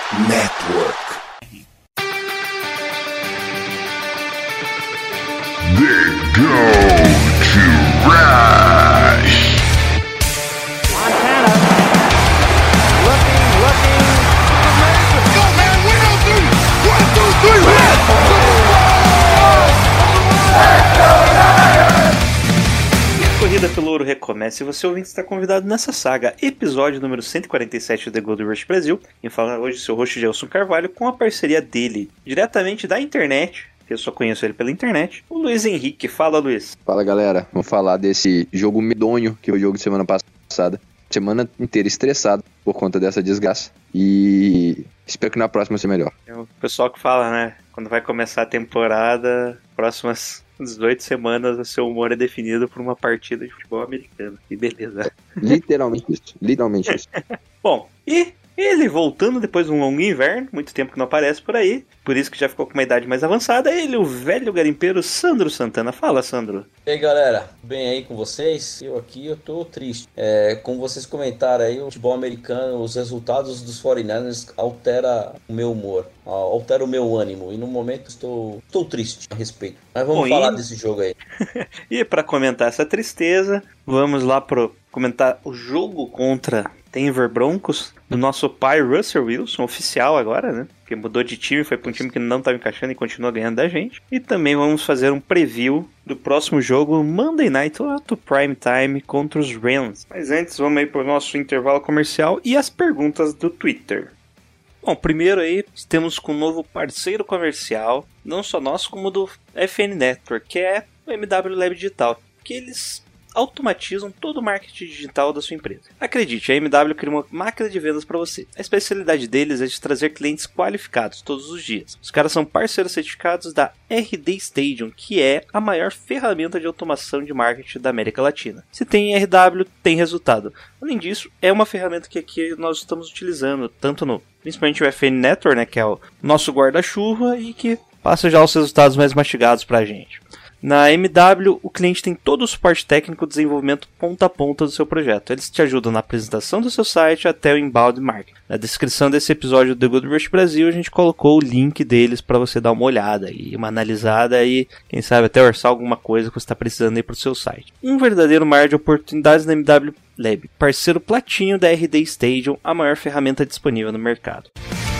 Network. They go to Rush. Montana, looking, go man, win on three, 1, 2, 3, A corrida pelo ouro recomeça e você ouvinte está convidado nessa saga, episódio número 147 do The Gold Rush Brasil. E fala hoje seu host Gelson Carvalho com a parceria dele, diretamente da internet, que eu só conheço ele pela internet, o Luiz Henrique. Fala, Luiz. Fala, galera. Vamos falar desse jogo medonho que foi o jogo de semana passada. Semana inteira estressado por conta dessa desgraça. E espero que na próxima seja melhor. É o pessoal que fala, né? Quando vai começar a temporada, próximas 18 semanas, o seu humor é definido por uma partida de futebol americano. Que beleza. Literalmente isso. Bom, e ele voltando depois de um longo inverno, muito tempo que não aparece por aí, por isso que já ficou com uma idade mais avançada, ele, o velho garimpeiro Sandro Santana. Fala, Sandro. E aí, galera, bem aí com vocês? Eu tô triste. Como vocês comentaram aí, o futebol americano, os resultados dos 49ers altera o meu humor, altera o meu ânimo, e no momento estou triste a respeito. Mas vamos falar desse jogo aí. E para comentar essa tristeza, vamos lá pro comentar o jogo contra Denver Broncos, do nosso pai Russell Wilson, oficial agora, né? Que mudou de time, foi para um time que não estava encaixando e continua ganhando da gente. E também vamos fazer um preview do próximo jogo, Monday Night, lá do Prime Time, contra os Rams. Mas antes, vamos aí pro nosso intervalo comercial e as perguntas do Twitter. Bom, primeiro aí, temos com um novo parceiro comercial, não só nosso, como do FN Network, que é o MW Lab Digital, que eles automatizam todo o marketing digital da sua empresa. Acredite, a MW cria uma máquina de vendas para você. A especialidade deles é de trazer clientes qualificados todos os dias. Os caras são parceiros certificados da RD Stadium, que é a maior ferramenta de automação de marketing da América Latina. Se tem RW, tem resultado. Além disso, é uma ferramenta que aqui nós estamos utilizando, tanto no, principalmente o FN Network, né, que é o nosso guarda-chuva e que passa já os resultados mais mastigados para a gente. Na MW, o cliente tem todo o suporte técnico e desenvolvimento ponta a ponta do seu projeto. Eles te ajudam na apresentação do seu site até o inbound marketing. Na descrição desse episódio do The Gold Rush Brasil, a gente colocou o link deles para você dar uma olhada e uma analisada e, quem sabe, até orçar alguma coisa que você está precisando aí para o seu site. Um verdadeiro mar de oportunidades na MW Lab, parceiro platinho da RD Stadium, a maior ferramenta disponível no mercado.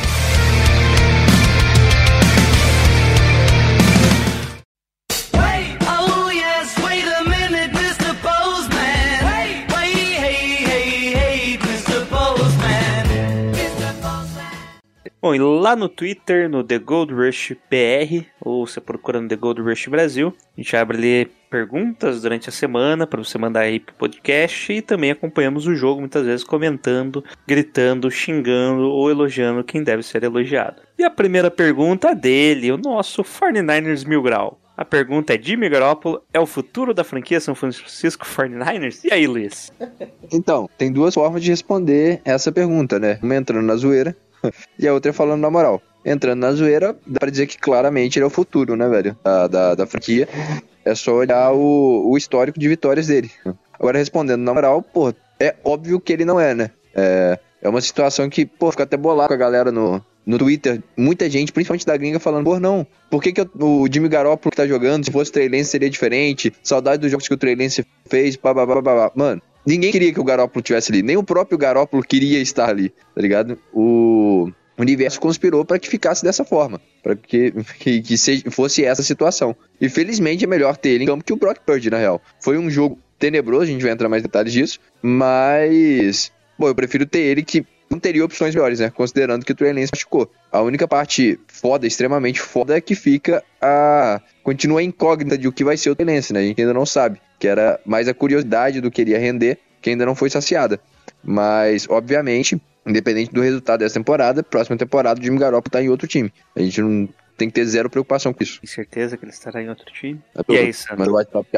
Bom, e lá no Twitter, no The Gold Rush BR, ou você procura no The Gold Rush Brasil, a gente abre ali perguntas durante a semana para você mandar aí pro podcast e também acompanhamos o jogo muitas vezes comentando, gritando, xingando ou elogiando quem deve ser elogiado. E a primeira pergunta dele, o nosso 49ers Mil Grau. A pergunta é: Jimmy Garoppolo é o futuro da franquia São Francisco 49ers? E aí, Luiz? Então, tem duas formas de responder essa pergunta, né? Uma entrando na zoeira e a outra falando na moral. Entrando na zoeira, dá pra dizer que claramente ele é o futuro, né, velho? Da franquia. É só olhar o histórico de vitórias dele. Agora, respondendo na moral, pô, é óbvio que ele não é, né? É uma situação que, pô, fica até bolado com a galera no Twitter. Muita gente, principalmente da gringa, falando, pô, não, por que o Jimmy Garoppolo que tá jogando, se fosse o Trey Lance seria diferente? Saudade dos jogos que o Trey Lance fez, babá. Mano, ninguém queria que o Garoppolo estivesse ali. Nem o próprio Garoppolo queria estar ali, tá ligado? O universo conspirou para que ficasse dessa forma, para que fosse essa situação. E felizmente é melhor ter ele em campo que o Brock Purdy, na real. Foi um jogo tenebroso, a gente vai entrar mais em detalhes disso, mas, bom, eu prefiro ter ele, que não teria opções melhores, né? Considerando que o Trey Lance machucou. A única parte foda, extremamente foda, é que fica continua a incógnita de o que vai ser o Trey Lance, né? A gente ainda não sabe, que era mais a curiosidade do que ele ia render, que ainda não foi saciada. Mas, obviamente, independente do resultado dessa temporada, próxima temporada o Jimmy Garoppolo tá em outro time. A gente não tem que ter zero preocupação com isso. Tem certeza que ele estará em outro time? E aí, Sandro? Mas vai estar aqui agora.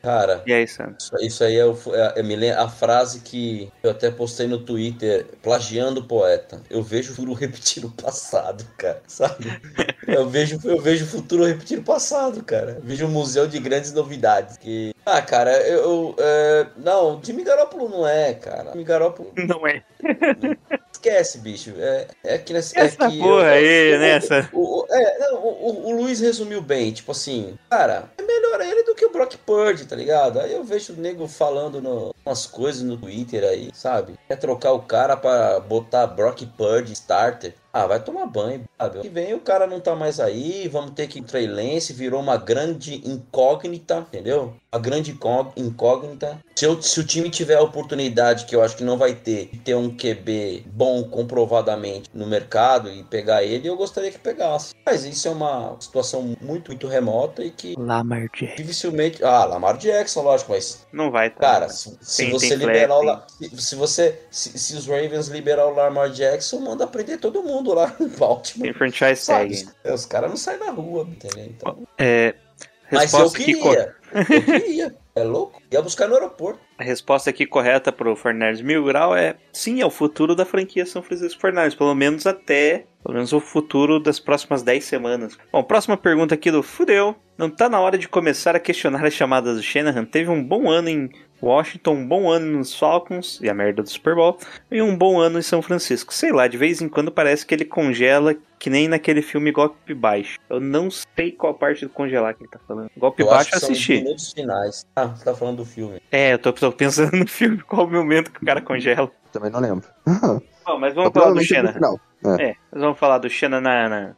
Cara, E aí, Sam? isso aí me lembra a frase que eu até postei no Twitter, plagiando o poeta. Eu vejo o futuro repetir o passado, cara, sabe? Eu vejo o futuro repetir o passado, cara. Eu vejo um museu de grandes novidades. Cara, não, Jimmy Garoppolo não é, cara. Jimmy Garoppolo... Não é. Esquece, bicho. É que Essa porra aí, nessa. O Luiz resumiu bem. Tipo assim, cara, é melhor ele do que o Brock Purdy, tá ligado? Aí eu vejo o nego falando umas coisas no Twitter aí, sabe? Quer trocar o cara pra botar Brock Purdy starter. Ah, vai tomar banho, sabe? Que vem o cara não tá mais aí, vamos ter que Trey Lance, virou uma grande incógnita, entendeu? Uma grande incógnita. Se o time tiver a oportunidade, que eu acho que não vai ter, de ter um QB bom comprovadamente no mercado e pegar ele, eu gostaria que pegasse. Mas isso é uma situação muito, muito remota e que Lamar Jackson. dificilmente... Lamar Jackson, lógico, mas... Não vai, tá? Cara, se você liberar se os Ravens liberar o Lamar Jackson, manda prender todo mundo lá em Baltimore. Tem franchise tag. Os caras não saem na rua, entendeu? Então... Mas Resposta eu queria. É louco? Ia buscar no aeroporto. A resposta aqui correta pro Fortnite Mil Grau é sim, é o futuro da franquia São Francisco 49ers, pelo menos o futuro das próximas 10 semanas. Bom, próxima pergunta aqui do Fudeu. Não tá na hora de começar a questionar as chamadas do Shanahan? Teve um bom ano em Washington, um bom ano nos Falcons, e a merda do Super Bowl, e um bom ano em São Francisco. Sei lá, de vez em quando parece que ele congela, que nem naquele filme Golpe Baixo. Eu não sei qual parte do congelar que ele tá falando. Golpe Baixo eu assisti. São os minutos finais. Você tá falando do filme. Eu tô pensando no filme, qual o momento que o cara congela. Também não lembro. Bom, mas vamos falar do Provavelmente Shanahan. no final. Nós vamos falar do Shanahan.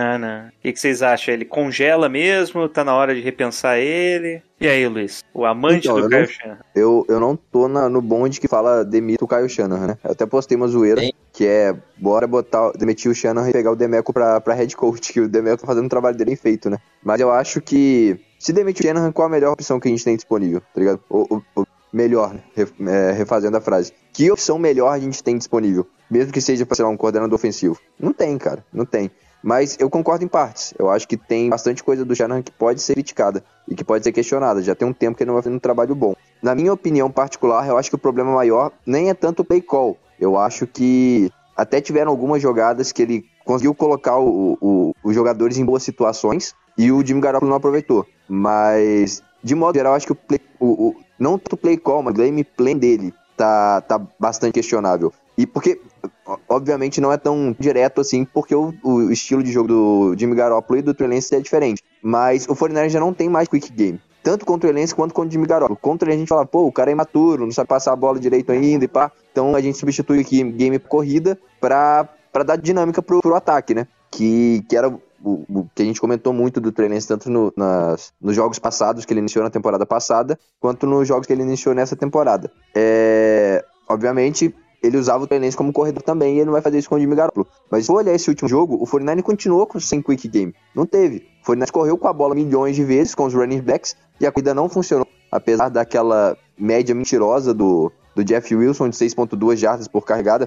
O que vocês acham? Ele congela mesmo? Tá na hora de repensar ele? E aí, Luiz? O amante Então, do Kyle Shanahan. Eu não tô no bonde que fala demita o Kyle Shanahan, né? Eu até postei uma zoeira, que é bora demitir o Shanahan e pegar o Demeco pra head coach, que o Demeco tá fazendo um trabalho dele bem feito, né? Mas eu acho que se demitir o Shanahan, qual a melhor opção que a gente tem disponível, tá ligado? Melhor, né? Refazendo a frase. Que opção melhor a gente tem disponível? Mesmo que seja pra, sei lá, um coordenador ofensivo. Não tem, cara. Não tem. Mas eu concordo em partes. Eu acho que tem bastante coisa do Shanahan que pode ser criticada e que pode ser questionada. Já tem um tempo que ele não vai fazendo um trabalho bom. Na minha opinião particular, eu acho que o problema maior nem é tanto o play call. Eu acho que até tiveram algumas jogadas que ele conseguiu colocar os jogadores em boas situações e o Jimmy Garoppolo não aproveitou. Mas, de modo geral, acho que não tanto o play call, mas o gameplay dele tá bastante questionável. E porque, obviamente, não é tão direto assim, porque o estilo de jogo do Jimmy Garoppolo e do Trey Lance é diferente. Mas o 49ers já não tem mais quick game. Tanto contra o Trey Lance quanto contra o Jimmy Garoppolo. Contra ele a gente fala, o cara é imaturo, não sabe passar a bola direito ainda e pá. Então a gente substitui aqui game corrida pra dar dinâmica pro ataque, né? Que era o que a gente comentou muito do Trey Lance, tanto nos jogos passados que ele iniciou na temporada passada, quanto nos jogos que ele iniciou nessa temporada. Obviamente, ele usava o Trey Lance como corredor também, e ele não vai fazer isso com o Jimmy Garoppolo. Mas se for olhar esse último jogo, o 49ers continuou sem quick game. Não teve. O 49ers correu com a bola milhões de vezes com os running backs, e a corrida não funcionou. Apesar daquela média mentirosa do Jeff Wilson de 6.2 jardas por carregada,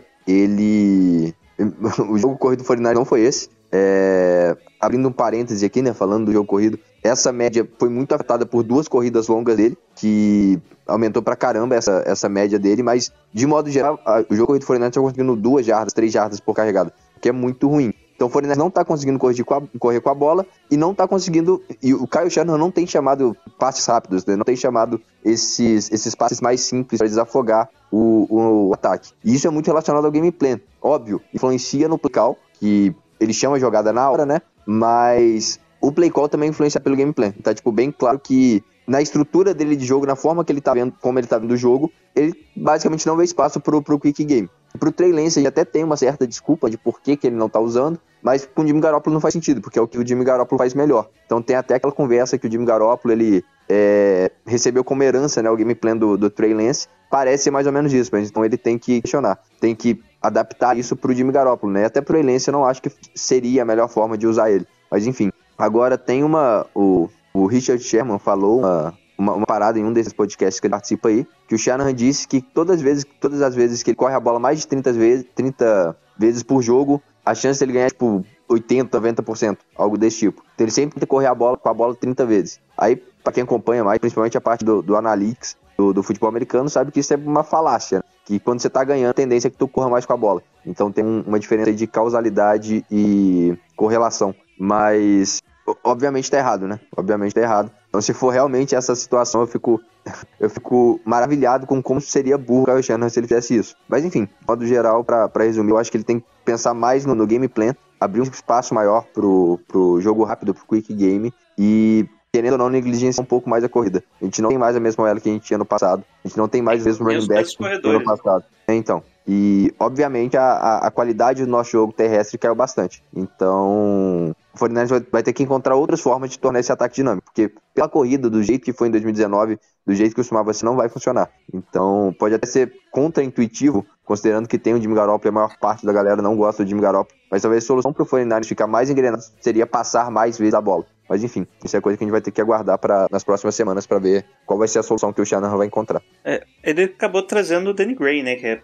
o jogo corrido do 49ers não foi esse. Abrindo um parêntese aqui, né, falando do jogo corrido, essa média foi muito afetada por 2 corridas longas dele, que aumentou pra caramba essa média dele, mas de modo geral, o jogo corrido do 49ers está conseguindo 2 jardas, 3 jardas por carregada, que é muito ruim. Então o 49ers não tá conseguindo correr com a bola e não tá conseguindo, e o Kyle Shanahan não tem chamado passes rápidos, né? Não tem chamado esses passes mais simples para desafogar o ataque. E isso é muito relacionado ao game plan. Óbvio, influencia no play call, que ele chama a jogada na hora, né? Mas o play call também influencia pelo game plan. Tá, bem claro que na estrutura dele de jogo, na forma que ele tá vendo, como ele tá vendo o jogo, ele basicamente não vê espaço pro quick game. Pro Trey Lance, ele até tem uma certa desculpa de por que ele não tá usando, mas com o Jimmy Garoppolo não faz sentido, porque é o que o Jimmy Garoppolo faz melhor. Então tem até aquela conversa que o Jimmy Garoppolo, ele recebeu como herança, né, o game plan do Trey Lance. Parece ser mais ou menos isso, mas então ele tem que questionar, tem que adaptar isso pro Jimmy Garoppolo, né? Até pro Trey Lance eu não acho que seria a melhor forma de usar ele. Mas enfim, agora tem o Richard Sherman falou uma parada em um desses podcasts que ele participa aí, que o Shanahan disse que todas as vezes que ele corre a bola mais de 30 vezes por jogo, a chance dele ganhar é 80, 90%, algo desse tipo. Então ele sempre tem que correr com a bola 30 vezes. Aí pra quem acompanha mais, principalmente a parte do analytics do futebol americano, sabe que isso é uma falácia, né? Que quando você tá ganhando, a tendência é que tu corra mais com a bola. Então tem uma diferença aí de causalidade e correlação. Mas, obviamente tá errado, né? Obviamente tá errado. Então se for realmente essa situação, eu fico maravilhado com como seria burro o Kyle Shanahan se ele fizesse isso. Mas enfim, de modo geral, pra resumir, eu acho que ele tem que pensar mais no game plan, abrir um espaço maior pro jogo rápido, pro quick game e, querendo ou não, negligenciar um pouco mais a corrida. A gente não tem mais a mesma OL que a gente tinha no passado. A gente não tem mais o mesmo running back que a gente tinha no passado. Então, e obviamente a qualidade do nosso jogo terrestre caiu bastante. Então, o 49ers vai ter que encontrar outras formas de tornar esse ataque dinâmico, porque pela corrida, do jeito que foi em 2019, do jeito que costumava ser, não vai funcionar. Então, pode até ser contra-intuitivo, considerando que tem o Jimmy Garoppolo e a maior parte da galera não gosta do Jimmy Garoppolo, mas talvez a solução para o 49ers ficar mais engrenado seria passar mais vezes a bola. Mas enfim, isso é coisa que a gente vai ter que aguardar nas próximas semanas para ver qual vai ser a solução que o Shanahan vai encontrar. Ele acabou trazendo o Danny Gray, né, que é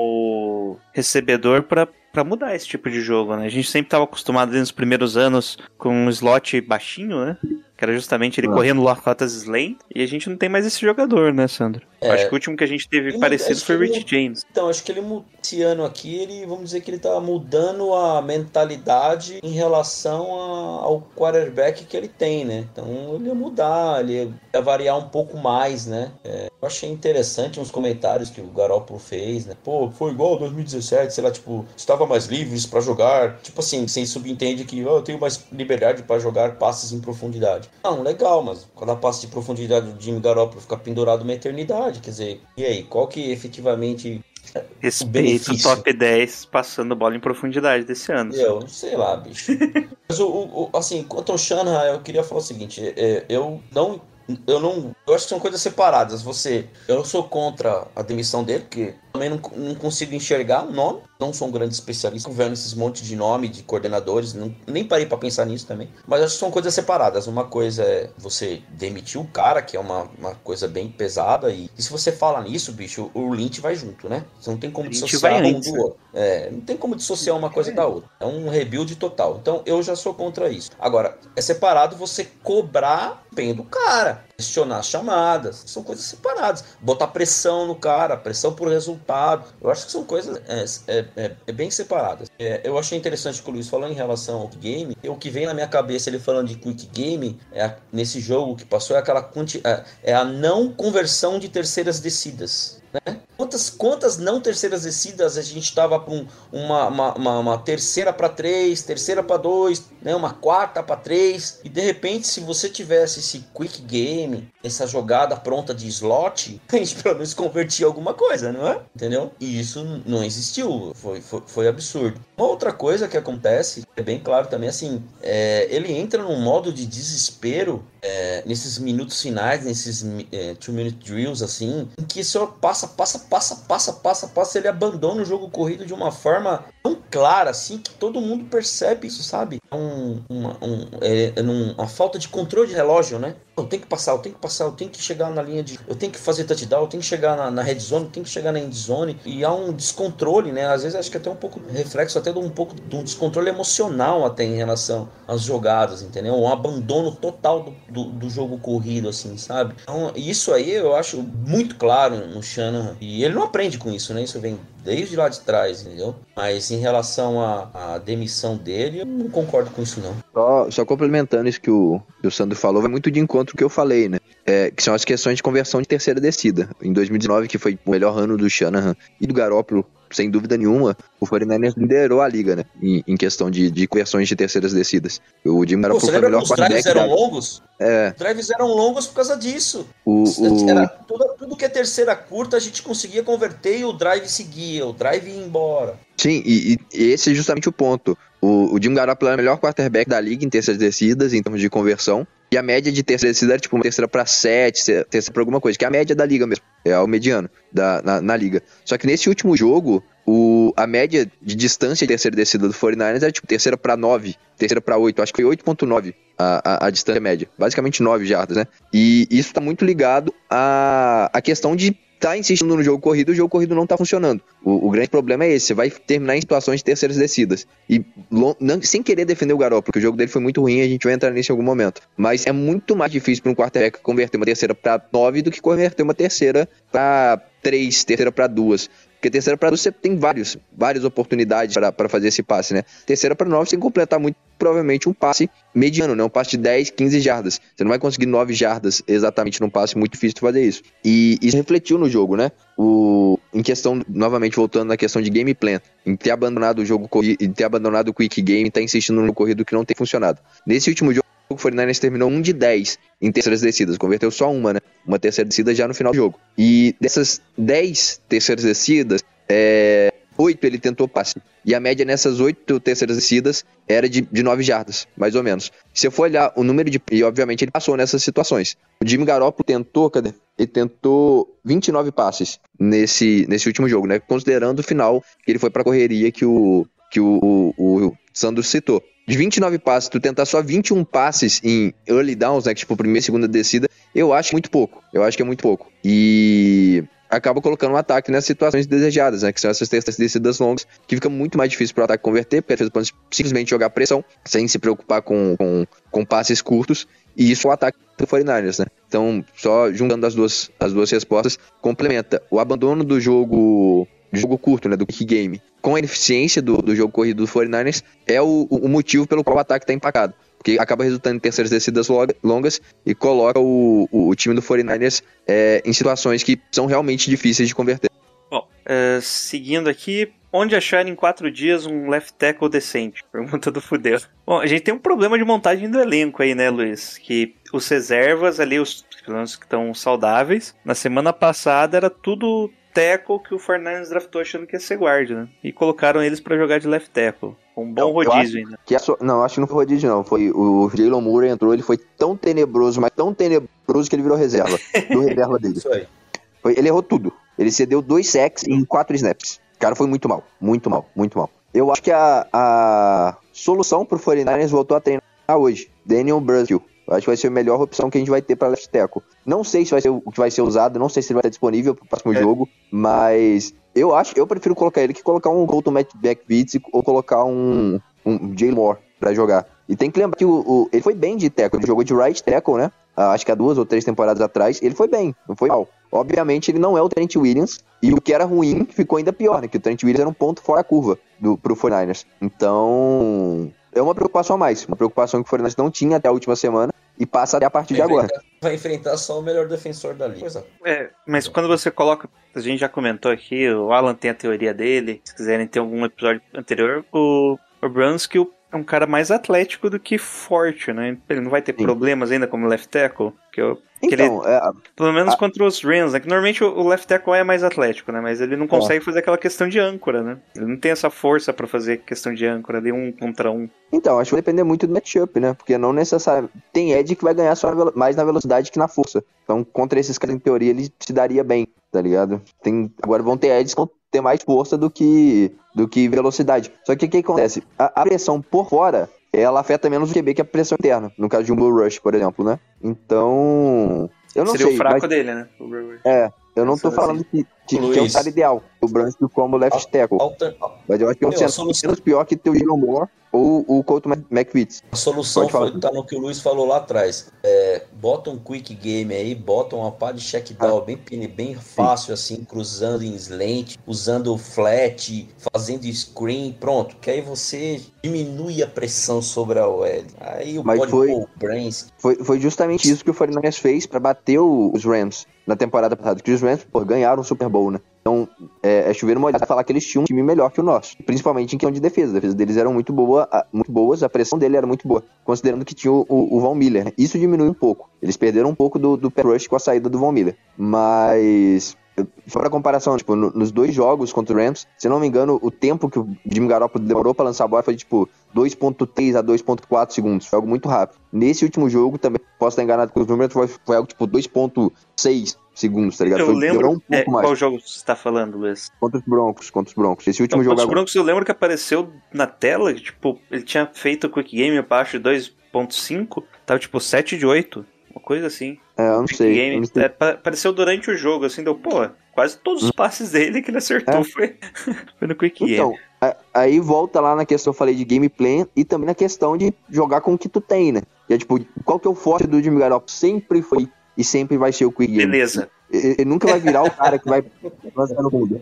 como recebedor para mudar esse tipo de jogo, né? A gente sempre estava acostumado nos primeiros anos com um slot baixinho, né? Que era justamente ele correndo rotas slant, e a gente não tem mais esse jogador, né, Sandro? Acho que o último que a gente teve parecido foi o Rich James. Então, acho que esse ano aqui, vamos dizer que ele tá mudando a mentalidade em relação ao quarterback que ele tem, né? Então, ele ia mudar, ele ia variar um pouco mais, né? Eu achei interessante uns comentários que o Garoppolo fez, né? Pô, foi igual 2017, sei lá, tipo, estava mais livres pra jogar. Tipo assim, sem subentende que eu tenho mais liberdade pra jogar passes em profundidade. Não, legal, mas quando a passe de profundidade do Jimmy Garoppolo fica pendurado uma eternidade, quer dizer, e aí, qual que efetivamente respeito o top 10 passando bola em profundidade desse ano. Eu sei lá, bicho. Mas assim, quanto ao Shanahan, eu queria falar o seguinte, eu acho que são coisas separadas. Eu sou contra a demissão dele, porque também não consigo enxergar o nome. Não sou um grande especialista vendo esses montes de nome de coordenadores. Nem parei pra pensar nisso também. Mas acho que são coisas separadas. Uma coisa é você demitir o cara, que é uma coisa bem pesada. E se você fala nisso, bicho, o Lynch vai junto, né? Você não tem como dissociar um do outro. Não tem como dissociar uma coisa da outra. É um rebuild total. Então eu já sou contra isso. Agora, é separado você cobrar o empenho do cara. Questionar as chamadas. São coisas separadas. Botar pressão no cara, pressão por resultado. Eu acho que são coisas bem separadas. Eu achei interessante o que o Luiz falou em relação ao game. O que vem na minha cabeça ele falando de quick game nesse jogo que passou é a não conversão de terceiras descidas. Né? Quantas não terceiras descidas a gente estava com uma terceira para 3, terceira para 2, né? Uma quarta para 3, e de repente se você tivesse esse quick game, essa jogada pronta de slot, a gente pelo menos convertia alguma coisa, não é? Entendeu? E isso não existiu, foi absurdo. Uma outra coisa que acontece, é bem claro também, assim, ele entra num modo de desespero nesses minutos finais, nesses 2-minute drills, assim, em que só passa, ele abandona o jogo corrido de uma forma tão clara, assim, que todo mundo percebe isso, sabe? Uma falta de controle de relógio, né? Eu tenho que passar, eu tenho que chegar na linha de... Eu tenho que fazer touchdown, eu tenho que chegar na red zone, eu tenho que chegar na end zone. E há um descontrole, né? Às vezes acho que até um pouco reflexo até de um pouco de um descontrole emocional até em relação às jogadas, entendeu? Um abandono total do jogo corrido, assim, sabe? Então, isso aí eu acho muito claro no Shanahan. E ele não aprende com isso, né? Isso vem desde lá de trás, entendeu? Mas em relação à demissão dele, eu não concordo com isso, não. Só complementando isso que o Sandro falou, vai muito de encontro ao que eu falei, né? Que são as questões de conversão de terceira descida. Em 2019, que foi o melhor ano do Shanahan e do Garoppolo, sem dúvida nenhuma, o 49ers liderou a liga, né? Em questão de conversões de terceiras descidas. O Jimmy Garoppolo foi o melhor quarterback. Os drives eram longos? Os drives eram longos por causa disso. Era tudo que é terceira curta, a gente conseguia converter e o drive seguia, o drive ia embora. Sim, e esse é justamente o ponto. O Jimmy Garoppolo era o melhor quarterback da liga em terceiras descidas, em termos de conversão. E a média de terceira descida era tipo uma terceira para 7, terceira para alguma coisa, que é a média da liga mesmo. É o mediano na liga. Só que nesse último jogo, a média de distância de terceira descida do 49ers era tipo terceira para 9, terceira para 8. Acho que foi 8.9 a distância média. Basicamente 9 jardas, né? E isso tá muito ligado à questão de tá insistindo no jogo corrido, o jogo corrido não tá funcionando. O grande problema é esse, você vai terminar em situações de terceiras descidas. E sem querer defender o Garoppolo, porque o jogo dele foi muito ruim, a gente vai entrar nisso em algum momento. Mas é muito mais difícil para um quarterback converter uma terceira para 9 do que converter uma terceira para 3, terceira para 2. Porque terceira para 2 você tem várias oportunidades para fazer esse passe, né? Terceira para 9 você tem que completar muito provavelmente um passe mediano, né? Um passe de 10, 15 jardas. Você não vai conseguir 9 jardas exatamente num passe, muito difícil de fazer isso. E isso refletiu no jogo, né? Em questão, novamente voltando na questão de game plan, em ter abandonado o jogo corrido, em ter abandonado o quick game, tá insistindo no corrido que não tem funcionado. Nesse último jogo, o 49ers terminou 1 de 10 em terceiras descidas, converteu só uma, né? Uma terceira descida já no final do jogo. E dessas 10 terceiras descidas, 8 ele tentou passe. E a média nessas 8 terceiras descidas era de 9 jardas, mais ou menos. Se você for olhar o número de... E obviamente ele passou nessas situações. O Jimmy Garoppolo tentou 29 passes nesse último jogo, né? Considerando o final que ele foi pra correria que o Sandro citou. De 29 passes, tu tentar só 21 passes em early downs, né? Tipo, primeira e segunda descida, eu acho muito pouco. Eu acho que é muito pouco. E acaba colocando um ataque nessas situações desejadas, né? Que são essas terças descidas longas, que fica muito mais difícil para o ataque converter, porque a defesa pode simplesmente jogar pressão, sem se preocupar com passes curtos, e isso é o ataque do 49ers, né? Então, só juntando as duas respostas, complementa o abandono do jogo curto, né, do quick game, com a ineficiência do jogo corrido do 49ers, é o motivo pelo qual o ataque está empacado. Porque acaba resultando em terceiras descidas longas e coloca o time do 49ers em situações que são realmente difíceis de converter. Bom, seguindo aqui, onde achar em 4 dias um left tackle decente? Pergunta do Fudeu. Bom, a gente tem um problema de montagem do elenco aí, né, Luiz? Que os reservas ali, os que estão saudáveis, na semana passada era tudo tackle que o 49ers draftou achando que ia ser guard, né? E colocaram eles pra jogar de left tackle. Um bom rodízio ainda. Não, acho que não foi rodízio, não. Foi o Jalen Moore entrou, ele foi tão tenebroso, mas tão tenebroso que ele virou reserva. Do reserva dele. Isso aí. Ele errou tudo. Ele cedeu 2 sacks em 4 snaps. O cara foi muito mal. Muito mal, muito mal. Eu acho que a solução pro 49ers voltou a treinar hoje. Daniel Brunskill. Eu acho que vai ser a melhor opção que a gente vai ter para left tackle. Não sei se vai ser o que vai ser usado, não sei se ele vai estar disponível para o próximo jogo, mas eu prefiro colocar ele que colocar um Colton McVitz ou colocar um Jay Moore para jogar. E tem que lembrar que ele foi bem de tackle, ele jogou de right tackle, né? Acho que há 2 ou 3 temporadas atrás, ele foi bem, não foi mal. Obviamente ele não é o Trent Williams, e o que era ruim ficou ainda pior, né? Que o Trent Williams era um ponto fora da curva pro 49ers. Então, é uma preocupação a mais, uma preocupação que o 49ers não tinha até a última semana, e passa até a partir de agora. Vai enfrentar só o melhor defensor da liga. Mas quando você coloca, a gente já comentou aqui, o Alan tem a teoria dele, se quiserem ter algum episódio anterior, o Brunskill é um cara mais atlético do que forte, né? Ele não vai ter problemas ainda como left tackle, pelo menos contra os Rams, né? Que normalmente o left tackle é mais atlético, né? Mas ele não consegue fazer aquela questão de âncora, né? Ele não tem essa força pra fazer questão de âncora ali 1 contra 1. Então, acho que vai depender muito do matchup, né? Porque não necessariamente... Tem edge que vai ganhar só mais na velocidade que na força. Então, contra esses caras, em teoria, ele se daria bem, tá ligado? Agora vão ter edges que vão ter mais força do que velocidade. Só que o que acontece? A pressão por fora, ela afeta menos o QB que a pressão interna. No caso de um Bull Rush, por exemplo, né? Então... Eu não Seria sei, o fraco dele, né? Eu não tô falando que é um cara ideal, o Brunskill como left tackle. Mas eu acho que é um menos pior que ter o Jalen Moore ou o Colton McVitz. A solução tá no que o Luiz falou lá atrás. Bota um quick game aí, bota uma pá de check down bem fácil assim, cruzando em slant, usando flat, fazendo screen, pronto. Que aí você diminui a pressão sobre a OL. Aí o Brains. Foi justamente isso que o 49ers fez pra bater os Rams na temporada passada, que os Rams ganharam o Super Bowl, né? Então, chover uma olhada falar que eles tinham um time melhor que o nosso, principalmente em questão de defesa. A defesa deles era muito boas, a pressão dele era muito boa, considerando que tinha o Von Miller, né? Isso diminui um pouco. Eles perderam um pouco do pass rush com a saída do Von Miller. Mas, fora a comparação, tipo, nos 2 jogos contra o Rams, se não me engano, o tempo que o Jimmy Garoppolo demorou pra lançar a bola foi tipo 2.3 a 2.4 segundos. Foi algo muito rápido. Nesse último jogo, também posso estar enganado com os números, foi algo tipo 2.6 segundos, tá ligado? Eu lembro um pouco mais. Qual jogo você tá falando, Luiz? Contra os Broncos. Esse último jogo contra os Broncos eu lembro que apareceu na tela, tipo, ele tinha feito o quick game abaixo de 2.5, tava tipo 7 de 8, uma coisa assim. Eu não sei. Apareceu durante o jogo, assim, deu, Quase todos os passes dele que ele acertou foi no Quick Game. Então, aí volta lá na questão que eu falei de gameplay e também na questão de jogar com o que tu tem, né? Que é tipo, qual que é o forte do Jimmy Garoppolo? Sempre foi e sempre vai ser o Quick Game. Beleza. Ele nunca vai virar o cara que vai lançar no mundo.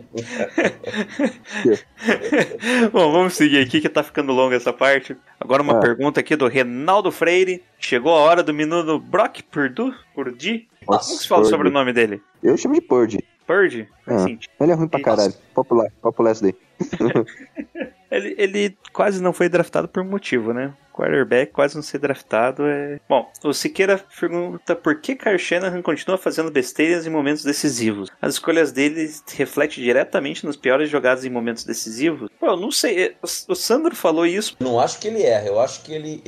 Bom, vamos seguir aqui que tá ficando longa essa parte. Agora uma pergunta aqui do Reinaldo Freire. Chegou a hora do menino Brock Purdy? Como se fala sobre o nome dele? Eu chamo de Purdy. Purdy? Ele é ruim pra caralho. Popular esse daí. Ele quase não foi draftado por motivo, né? Quarterback quase não ser draftado é... Bom, o Siqueira pergunta por que Kyle Shanahan continua fazendo besteiras em momentos decisivos. As escolhas dele refletem diretamente nas piores jogadas em momentos decisivos? Pô, eu não sei. O Sandro falou isso. Eu não acho que ele erra, eu acho que ele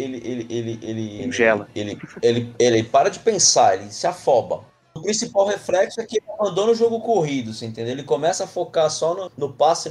Congela. Ele para de pensar, ele se afoba. O principal reflexo é que ele abandona o jogo corrido, você entendeu? Ele começa a focar só no passe.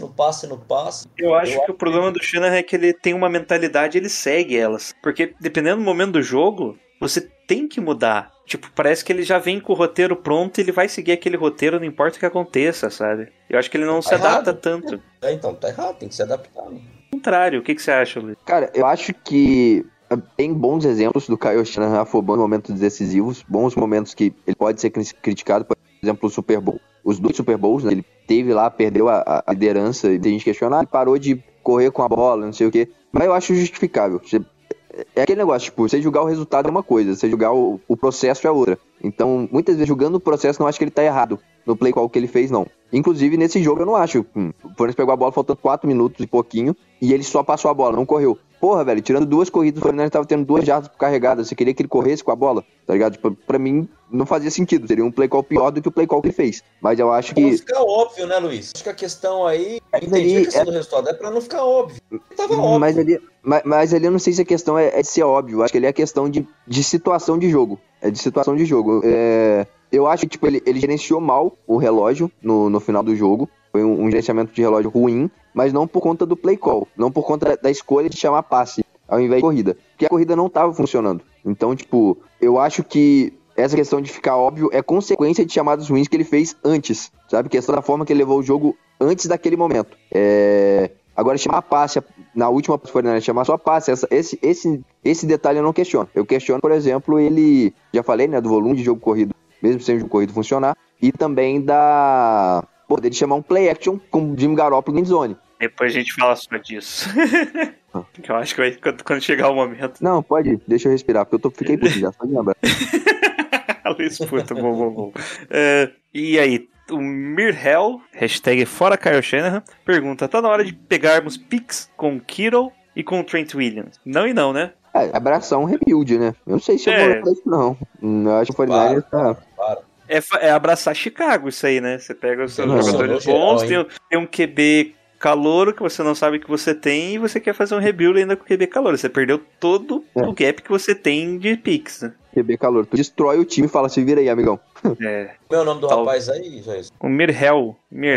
Eu acho que o problema do Shanahan é que ele tem uma mentalidade e ele segue elas. Porque dependendo do momento do jogo, você tem que mudar. Tipo, parece que ele já vem com o roteiro pronto e ele vai seguir aquele roteiro, não importa o que aconteça, sabe? Eu acho que ele não se adapta tanto. Então, tá errado, tem que se adaptar. Né? Ao contrário, o que você acha, Luiz? Cara, eu acho que tem bons exemplos do Kyle Shanahan afobando momentos decisivos, bons momentos que ele pode ser criticado, por exemplo, o Super Bowl. Os 2 Super Bowls, né, ele teve lá, perdeu a liderança, e tem gente questionando, ele parou de correr com a bola, não sei o quê, mas eu acho justificável. É aquele negócio, tipo, você julgar o resultado é uma coisa, você julgar o processo é outra. Então, muitas vezes, julgando o processo, não acho que ele tá errado no play call que ele fez, não. Inclusive, nesse jogo, eu não acho. O Forners pegou a bola faltando 4 minutos e pouquinho, e ele só passou a bola, não correu. Porra, velho, tirando 2 corridas, o Forners tava tendo 2 jardas carregadas. Você queria que ele corresse com a bola, tá ligado? Tipo, pra mim, não fazia sentido. Seria um play call pior do que o play call que ele fez. Mas eu acho que... Pra não ficar óbvio, né, Luiz? Acho que a questão aí... Entendi a questão do resultado. É pra não ficar óbvio. Tava óbvio. Mas ali eu não sei se a questão é de ser óbvio. Eu acho que ali é questão de situação de jogo. É de situação de jogo. Eu acho que tipo, ele gerenciou mal o relógio no final do jogo. Foi um gerenciamento de relógio ruim, mas não por conta do play call. Não por conta da escolha de chamar passe ao invés de corrida. Porque a corrida não estava funcionando. Então, tipo, eu acho que essa questão de ficar óbvio é consequência de chamadas ruins que ele fez antes, sabe? Questão da forma que ele levou o jogo antes daquele momento. Agora, chamar passe na última chamar só passe, esse detalhe eu não questiono. Eu questiono, por exemplo, ele, já falei, né, do volume de jogo corrido, mesmo sem o jogo corrido funcionar, e também da poder de chamar um play action com o Jimmy Garoppolo em zone. Depois a gente fala só disso. Que eu acho que vai quando chegar o momento. Não, pode ir, deixa eu respirar, porque fiquei puto já, só de lembrar. Luiz, puta, bom. E aí, o Mirhel, hashtag fora Kyle Shanahan, pergunta, tá na hora de pegarmos picks com o Kittle e com o Trent Williams? Não e não, né? Abraçar um rebuild, né? Eu não sei se eu vou pra isso, não. Eu acho que o 49ers tá... É abraçar Chicago isso aí, né? Você pega os seus jogadores bons, tem um QB calouro que você não sabe que você tem e você quer fazer um rebuild ainda com o QB calouro. Você perdeu todo o gap que você tem de picks, né? QB calor. Tu destrói o time e fala, se vira aí, amigão. Qual é o nome do rapaz aí, Jair? O Mirhel.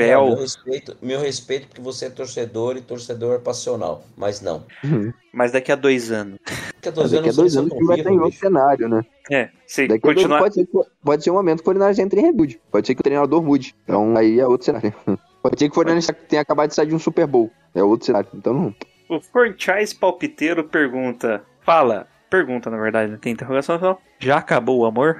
Meu respeito porque você é torcedor e torcedor passional, mas não. Mas daqui a 2 anos. Daqui a 2 anos o time vai estar em outro cenário, né? Se daqui continuar... pode ser um momento que o 49ers entre em rebuild. Pode ser que o treinador mude. Então aí é outro cenário. Pode ser que o 49ers tenha acabado de sair de um Super Bowl. É outro cenário. Então não... O Franchise Palpiteiro pergunta, na verdade, não tem interrogação só. Já acabou o amor?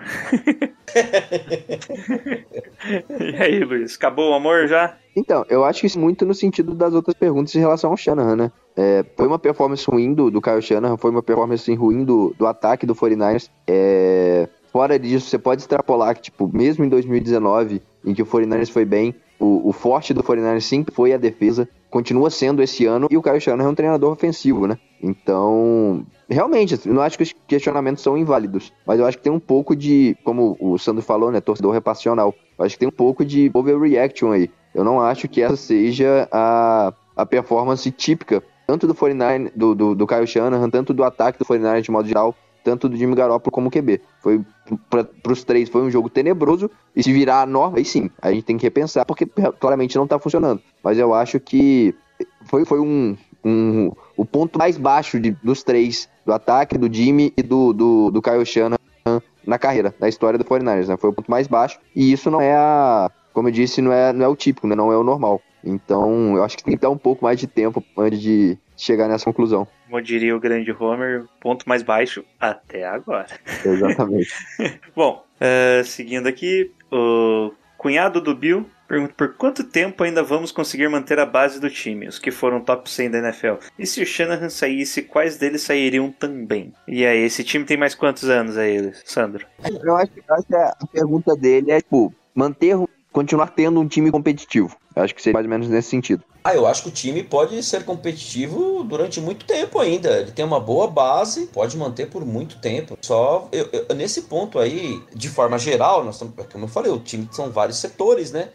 E aí, Luiz, acabou o amor já? Então, eu acho que isso muito no sentido das outras perguntas em relação ao Shanahan, né? Foi uma performance ruim do Kyle Shanahan, foi uma performance ruim do ataque do 49ers. Fora disso, você pode extrapolar que, tipo, mesmo em 2019, em que o 49ers foi bem, o forte do 49ers sempre foi a defesa, continua sendo esse ano, e o Kyle Shanahan é um treinador ofensivo, né? Então, realmente, eu não acho que os questionamentos são inválidos, mas eu acho que tem um pouco de, como o Sandro falou, né, torcedor repassional, eu acho que tem um pouco de overreaction aí. Eu não acho que essa seja a performance típica, tanto do 49, do Kyle Shanahan, tanto do ataque do 49 de modo geral, tanto do Jimmy Garoppolo como o QB. Foi, pros três, foi um jogo tenebroso, e se virar a norma, aí sim, a gente tem que repensar, porque claramente não tá funcionando. Mas eu acho que foi o ponto mais baixo dos três, do ataque, do Jimmy e do Kyle Shanahan na carreira, na história do 49ers, né? Foi o ponto mais baixo, e isso não é como eu disse, não é o típico, né? Não é o normal. Então, eu acho que tem que dar um pouco mais de tempo antes de chegar nessa conclusão. Como diria o grande Homer, ponto mais baixo até agora. Exatamente. Bom, seguindo aqui, o cunhado do Bill pergunta por quanto tempo ainda vamos conseguir manter a base do time, os que foram top 100 da NFL. E se o Shanahan saísse, quais deles sairiam também? E aí, esse time tem mais quantos anos aí, Sandro? Eu acho que a pergunta dele é, tipo, continuar tendo um time competitivo. Eu acho que seria mais ou menos nesse sentido. Eu acho que o time pode ser competitivo durante muito tempo ainda. Ele tem uma boa base, pode manter por muito tempo. Só nesse ponto aí, de forma geral, como eu falei, o time são vários setores, né?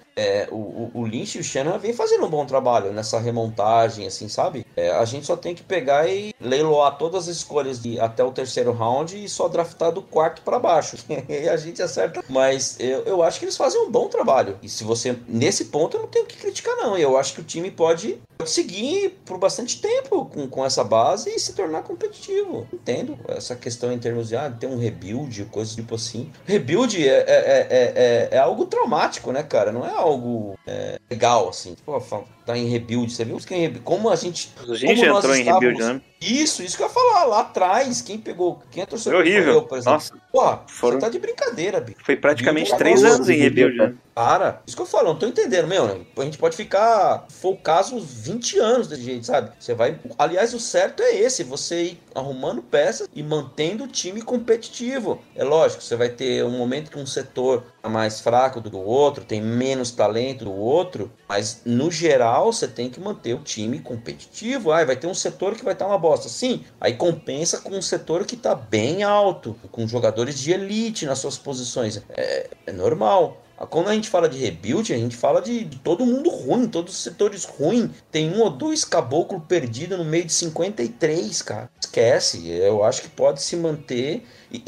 O Lynch e o Shanahan vêm fazendo um bom trabalho nessa remontagem, assim, sabe? A gente só tem que pegar e leiloar todas as escolhas até o terceiro round e só draftar do quarto para baixo. E a gente acerta. Mas eu acho que eles fazem um bom trabalho. E se você, nesse ponto, eu não tenho que criticar, não. Eu acho que o time pode seguir por bastante tempo com essa base e se tornar competitivo. Entendo essa questão em termos de ter um rebuild, coisas tipo assim. Rebuild é algo traumático, né, cara? Não é algo legal, assim. Pô, tá em rebuild, você viu? Como a gente entrou em rebuild, né? Isso que eu ia falar lá atrás. Quem é torcedor? Foi horrível. Eu, por exemplo. Nossa. Porra, você tá de brincadeira, bicho. Foi praticamente 3 anos em rebuild, né? Cara, isso que eu falo, não tô entendendo, meu, né? A gente pode ficar, se for o caso, uns 20 anos desse jeito, sabe? Você vai... Aliás, o certo é esse, você ir arrumando peças e mantendo o time competitivo. É lógico, você vai ter um momento que um setor é mais fraco do que o outro, tem menos talento do outro, mas no geral você tem que manter o time competitivo. Vai ter um setor que vai estar uma bosta. Sim, aí compensa com um setor que tá bem alto, com jogadores de elite nas suas posições. É normal. Quando a gente fala de rebuild, a gente fala de todo mundo ruim, todos os setores ruins. Tem 1 ou 2 caboclos perdidos no meio de 53, cara. Esquece, eu acho que pode se manter.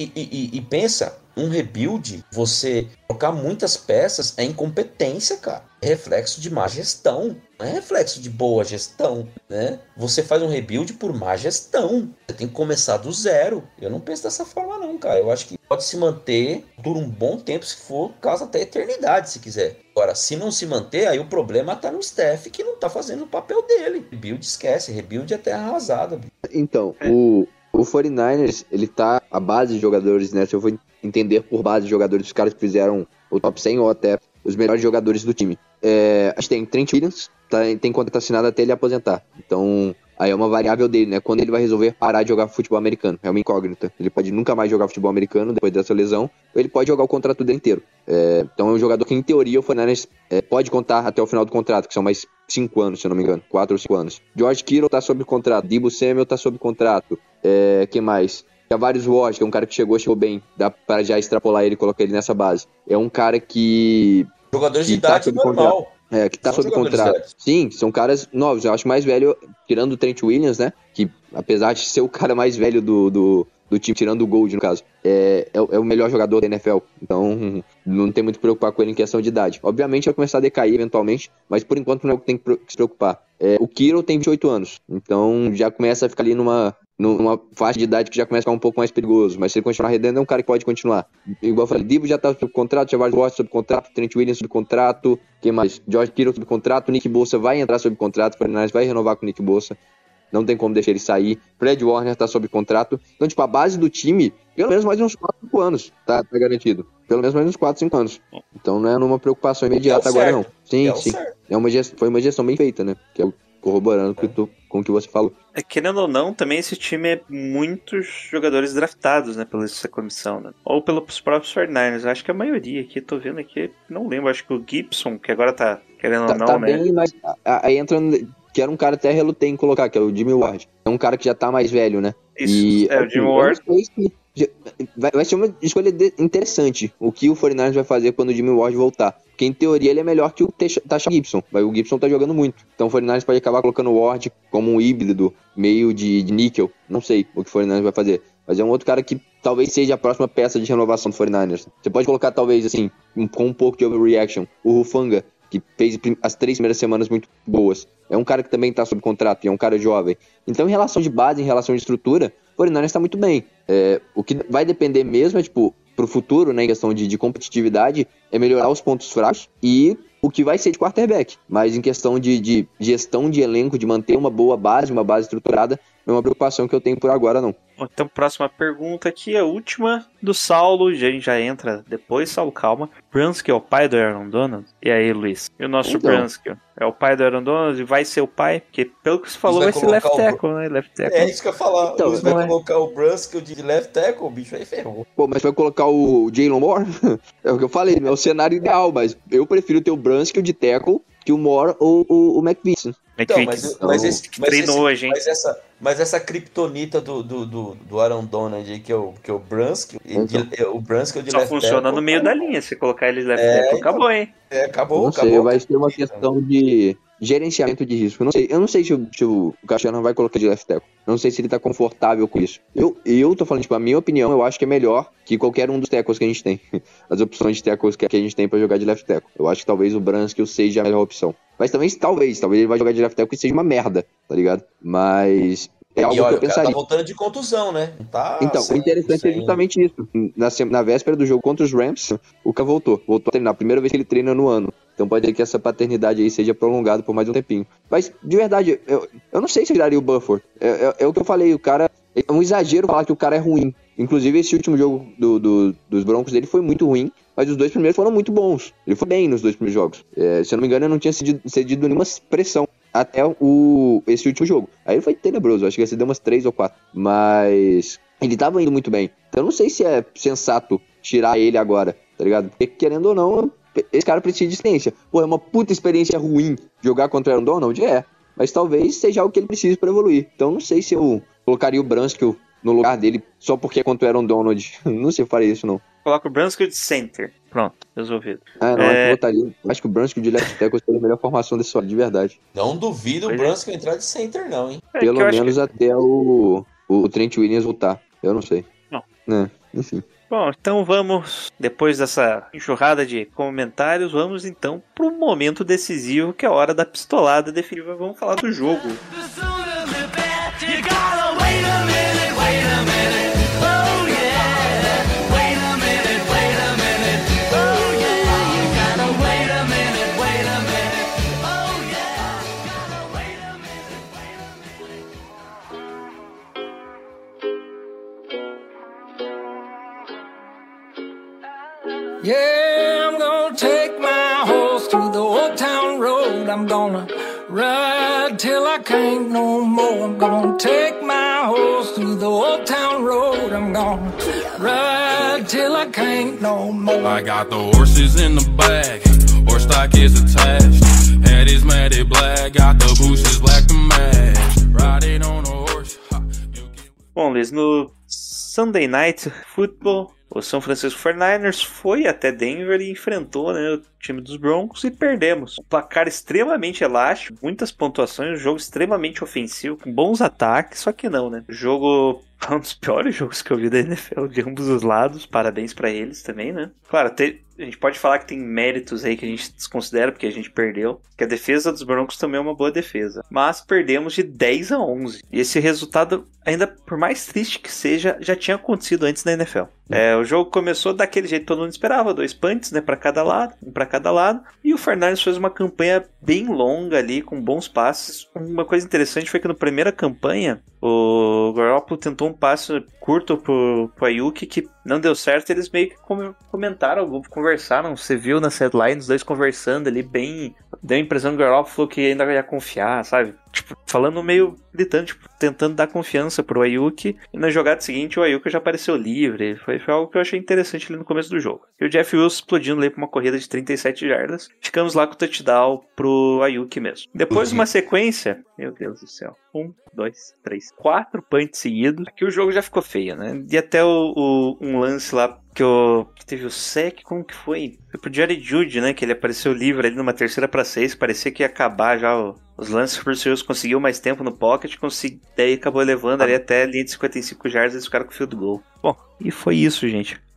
E pensa, um rebuild, você trocar muitas peças é incompetência, cara. É reflexo de má gestão, não é reflexo de boa gestão, né? Você faz um rebuild por má gestão. Você tem que começar do zero. Eu não penso dessa forma não, cara. Eu acho que pode se manter por um bom tempo, se for caso até a eternidade, se quiser. Agora, se não se manter, aí o problema tá no staff que não tá fazendo o papel dele. Rebuild esquece, rebuild é terra arrasada. Então, o 49ers, ele tá a base de jogadores, né? Se eu vou entender por base de jogadores, os caras que fizeram o top 100 ou até os melhores jogadores do time. A gente tem Trent Williams, tem contrato assinado até ele aposentar. Então, aí é uma variável dele, né? Quando ele vai resolver parar de jogar futebol americano. É uma incógnita. Ele pode nunca mais jogar futebol americano depois dessa lesão, ou ele pode jogar o contrato dele inteiro. Então é um jogador que, em teoria, o 49ers pode contar até o final do contrato, que são mais 5 anos, se eu não me engano. 4 ou 5 anos. George Kittle tá sob contrato. Deebo Samuel tá sob contrato. Quem mais? Javarius Ward, que é um cara que chegou bem. Dá para já extrapolar ele e colocar ele nessa base. É um cara que... Jogadores de idade normal. Que tá sob contrato. Sim, são caras novos. Eu acho mais velho, tirando o Trent Williams, né? Que, apesar de ser o cara mais velho do time, tirando o Gold, no caso, é o melhor jogador da NFL. Então, não tem muito que preocupar com ele em questão de idade. Obviamente, vai começar a decair eventualmente, mas por enquanto não é o que tem que se preocupar. O Kittle tem 28 anos, então já começa a ficar ali numa faixa de idade que já começa a ficar um pouco mais perigoso, mas se ele continuar rendendo, é um cara que pode continuar. Igual eu falei, Deebo já tá sob contrato, Javarius Ward sob contrato, Trent Williams sob contrato, quem mais? George Kittle sob contrato, Nick Bosa vai entrar sob contrato, o 49ers vai renovar com o Nick Bosa, não tem como deixar ele sair. Fred Warner tá sob contrato, então tipo, a base do time, pelo menos mais uns 4, 5 anos tá garantido. Pelo menos mais uns 4, 5 anos. Então não é numa preocupação imediata agora, não. Sim. Foi uma gestão bem feita, né? Que é corroborando com o que você falou. Querendo ou não, também esse time é muitos jogadores draftados, né, pela essa comissão, né? Ou pelos próprios 49ers. Acho que a maioria aqui, tô vendo aqui, não lembro, acho que o Gibson, que agora tá, querendo ou não, tá né? Bem, mas aí entra, que era um cara até relutei em colocar, que é o Jimmy Ward. É um cara que já tá mais velho, né? Isso, o Jimmy Ward. Vai ser uma escolha interessante o que o 49ers vai fazer quando o Jimmy Ward voltar. Porque em teoria ele é melhor que o Tasha Gibson. O Gibson tá jogando muito. Então o 49ers pode acabar colocando o Ward como um híbrido, meio de níquel. Não sei o que o 49ers vai fazer. Mas é um outro cara que talvez seja a próxima peça de renovação do 49ers. Você pode colocar talvez assim, com um pouco de overreaction, o Hufanga, que fez as 3 primeiras semanas muito boas. É um cara que também tá sob contrato e é um cara jovem. Então, em relação de base, em relação de estrutura, o 49ers tá muito bem. O que vai depender mesmo é, tipo, pro futuro, né, em questão de competitividade, é melhorar os pontos fracos e o que vai ser de quarterback. Mas em questão de gestão de elenco, de manter uma boa base, uma base estruturada, não é uma preocupação que eu tenho por agora, não. Bom, então, próxima pergunta aqui, a última do Saulo, a gente já entra depois, Saulo, calma. Brunskill é o pai do Aaron Donald? E aí, Luiz? E o nosso Então. Brunskill? É o pai do Aaron Donald e vai ser o pai? Porque pelo que você falou, Vai vai ser left colocar o tackle, né? Left tackle. É isso que eu ia falar. Então, o Luiz vai não é. colocar o Brunskill de left tackle, o bicho aí ferrou. Pô, mas vai colocar o Jalen Moore? É o que eu falei, não é o cenário ideal, mas eu prefiro ter o Brunskill de tackle que o Moore ou o McVice. Então, McVick, mas treinou hoje, hein? Mas essa criptonita do Aaron Donald aí, que é o Brunskill, o Brunskill de Só left funciona tackle, no meio da linha. Se colocar ele left tackle, então. acabou, hein? Acabou, Não sei, acabou. vai ser uma questão de gerenciamento de risco. Eu não sei se o Cassiano vai colocar de left tackle. Não sei se ele tá confortável com isso. Eu tô falando, tipo, a minha opinião, eu acho que é melhor que qualquer um dos tackles que a gente tem. As opções de tackles que a gente tem pra jogar de left tackle. Eu acho que talvez o Brunskill seja a melhor opção. Mas também, talvez ele vai jogar de left tackle e seja uma merda, tá ligado? Mas é algo E olha, que eu o cara pensaria. tá voltando de contusão, né? Não tá Então, o interessante é justamente isso. Na véspera do jogo contra os Rams, o cara voltou a treinar. A primeira vez que ele treina no ano. Então pode ser que essa paternidade aí seja prolongada por mais um tempinho. Mas, de verdade, eu não sei se eu tiraria o Buford. É o que eu falei, o cara... É um exagero falar que o cara é ruim. Inclusive, esse último jogo dos Broncos dele foi muito ruim, mas os dois primeiros foram muito bons. Ele foi bem nos dois primeiros jogos. Se eu não me engano, ele não tinha cedido nenhuma pressão até esse último jogo. Aí ele foi tenebroso, acho que ele deu umas 3 ou 4. Mas ele tava indo muito bem. Então eu não sei se é sensato tirar ele agora, tá ligado? Porque, querendo ou não, esse cara precisa de experiência. Pô, é uma puta experiência ruim jogar contra o Aaron Donald? É. Mas talvez seja algo que ele precise pra evoluir. Então não sei se eu colocaria o Brunskill no lugar dele só porque é contra o Aaron Donald. Não sei se eu faria isso, não. Coloca o Brunskill de center. Pronto, resolvido. Acho que eu botaria. Acho que o Brunskill de left tackle seria a melhor formação desse de verdade. Não duvido o Brunskill entrar de center, não, hein? Pelo menos até o Trent Williams voltar. Eu não sei. Não. Enfim. Bom, então vamos, depois dessa enxurrada de comentários, vamos então pro momento decisivo, que é a hora da pistolada definitiva. Vamos falar do jogo. Yeah, I'm gonna take my horse through the old town road. I'm gonna ride till I can't no more. I'm gonna take my horse through the old town road. I'm gonna ride till I can't no more. I got the horses in the back, horse stock is attached. Head is matted black, got the bushes black to match. Riding on a horse. Bom, Liz, no Sunday Night Football, o São Francisco 49ers foi até Denver e enfrentou, né, o time dos Broncos e perdemos. Um placar extremamente elástico, muitas pontuações, um jogo extremamente ofensivo, com bons ataques, só que não, né? O jogo é um dos piores jogos que eu vi da NFL de ambos os lados, parabéns pra eles também, né? Claro, a gente pode falar que tem méritos aí que a gente desconsidera porque a gente perdeu, que a defesa dos Broncos também é uma boa defesa, mas perdemos de 10-11. E esse resultado, ainda por mais triste que seja, já tinha acontecido antes na NFL. O jogo começou daquele jeito que todo mundo esperava, 2 punts, né, para cada lado, um para cada lado, e o Fernandes fez uma campanha bem longa ali, com bons passes. Uma coisa interessante foi que na primeira campanha, o Garoppolo tentou um passe curto pro Ayuk que não deu certo, eles meio que comentaram, conversaram, você viu nas headlines, os dois conversando ali bem, deu a impressão que o Garoppolo falou que ainda ia confiar, sabe? Tipo, falando meio gritando, tipo, tentando dar confiança pro Ayuk, e na jogada seguinte o Ayuk já apareceu livre, foi algo que eu achei interessante ali no começo do jogo. E o Jeff Wilson explodindo ali pra uma corrida de 37 jardas, ficamos lá com o touchdown pro Ayuk mesmo. Depois uma sequência, meu Deus do céu, 1, 2, 3, 4 punts seguidos, aqui o jogo já ficou feio, né? E até um lance lá que teve o sec, como que foi? Foi pro Jerry Jeudy, né? Que ele apareceu livre ali numa 3ª-6, parecia que ia acabar já os lances. O Bruce Willis conseguiu mais tempo no pocket, daí acabou levando ali até a linha de 55 jardas e eles ficaram com o field goal. Bom, e foi isso, gente.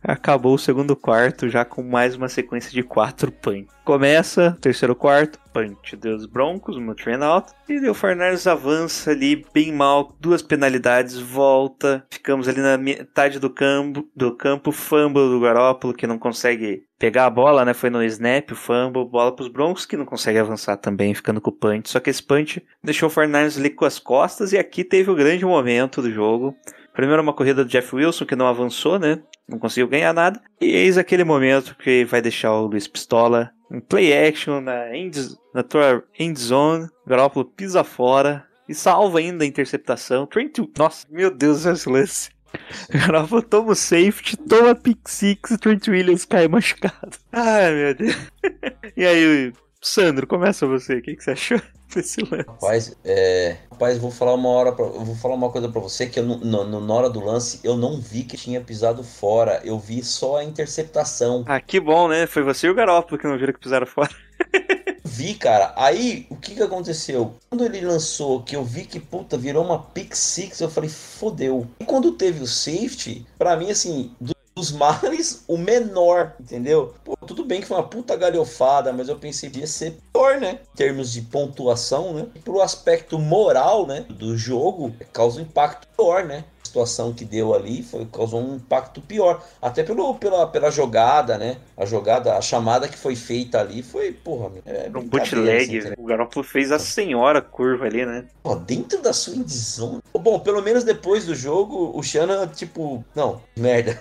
acabou o segundo quarto já com mais uma sequência de 4 punts. Começa o terceiro quarto, punch dos Broncos, uma train out, e o Fortnite avança ali bem mal, 2 penalidades, volta, ficamos ali na metade do campo, fumble do Garoppolo, que não consegue pegar a bola, né, foi no snap, o fumble, bola pros Broncos, que não consegue avançar também, ficando com o punch, só que esse punch deixou o Fortnite ali com as costas, e aqui teve o grande momento do jogo. Primeiro uma corrida do Jeff Wilson, que não avançou, né? Não conseguiu ganhar nada. E eis aquele momento que vai deixar o Luiz Pistola em play action na tua end zone. Garoppolo pisa fora e salva ainda a interceptação. Nossa, meu Deus, esse lance. Garoppolo toma o safety, toma pick six, o Trent Williams cai machucado. Ai, meu Deus. E aí, Sandro, começa você. O que você achou desse lance? Rapaz, vou falar uma coisa pra você, que eu, na hora do lance eu não vi que tinha pisado fora, eu vi só a interceptação. Ah, que bom, né? Foi você e o Garoppolo que não viram que pisaram fora. Vi, cara. Aí, o que aconteceu? Quando ele lançou, que eu vi que, puta, virou uma pick six, eu falei, fodeu. E quando teve o safety, pra mim, assim, dos males, o menor, entendeu? Pô, tudo bem que foi uma puta galhofada, mas eu pensei que ia ser pior, né? Em termos de pontuação, né? E pro aspecto moral, né, do jogo, causa um impacto pior, né? A situação que deu ali causou um impacto pior. Até pela jogada, né? A chamada que foi feita ali foi, porra, um bootleg, assim, o Garoppolo fez a senhora curva ali, né? Pô, dentro da sua endzone. Bom, pelo menos depois do jogo, o Shanahan, tipo, não, merda.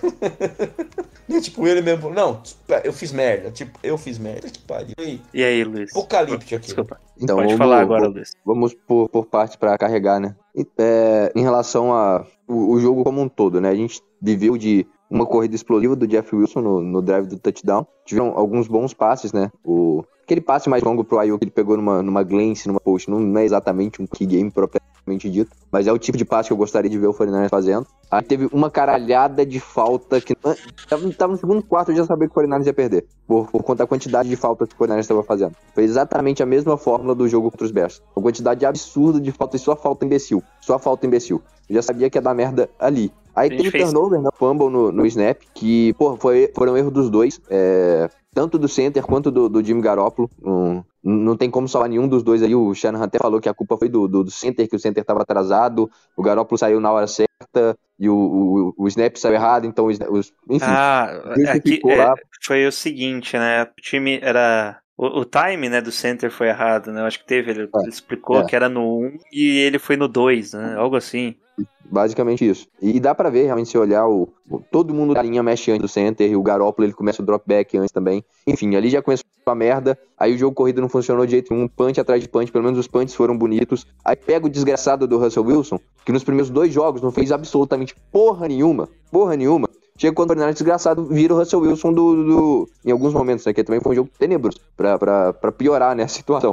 Tipo, ele mesmo, não, eu fiz merda. Tipo, eu fiz merda, que pariu. E aí, Luiz? Apocalíptico aqui. Desculpa. Então, pode falar agora, Luiz. Vamos por parte para carregar, né? Em relação o jogo como um todo, né? A gente viveu de uma corrida explosiva do Jeff Wilson no drive do touchdown. Tiveram alguns bons passes, né? Aquele passe mais longo pro Ayuk que ele pegou numa glance, numa post, não é exatamente um key game propriamente dito, mas é o tipo de passe que eu gostaria de ver o 49ers fazendo. Aí teve uma caralhada de falta que tava no segundo quarto, eu já sabia que o 49ers ia perder, por conta da quantidade de faltas que o 49ers estava fazendo. Foi exatamente a mesma fórmula do jogo contra os Bears. Uma quantidade absurda de faltas e só falta imbecil. Eu já sabia que ia dar merda ali. Aí teve turnover, né? Fumble no snap, que, pô, foram erros dos dois. Tanto do center quanto do Jimmy Garoppolo. Não tem como salvar nenhum dos dois aí. O Shanahan até falou que a culpa foi do center, que o center estava atrasado. O Garoppolo saiu na hora certa e o snap saiu errado. Então, enfim. Aqui foi o seguinte, né? O time era... O time, né, do center foi errado, né? Eu acho que ele explicou que era no 1 e ele foi no 2, né? Algo assim. Basicamente isso. E dá pra ver, realmente, se olhar todo mundo da linha mexe antes do center, e o Garoppolo, ele começa o drop back antes também. Enfim, ali já começou a merda, aí o jogo corrido não funcionou de jeito nenhum, punch atrás de punch, pelo menos os punches foram bonitos. Aí pega o desgraçado do Russell Wilson, que nos primeiros 2 jogos não fez absolutamente porra nenhuma. Chega quando o Fortnite desgraçado vira o Russell Wilson em alguns momentos, né? Que também foi um jogo tenebroso pra piorar, né, a situação.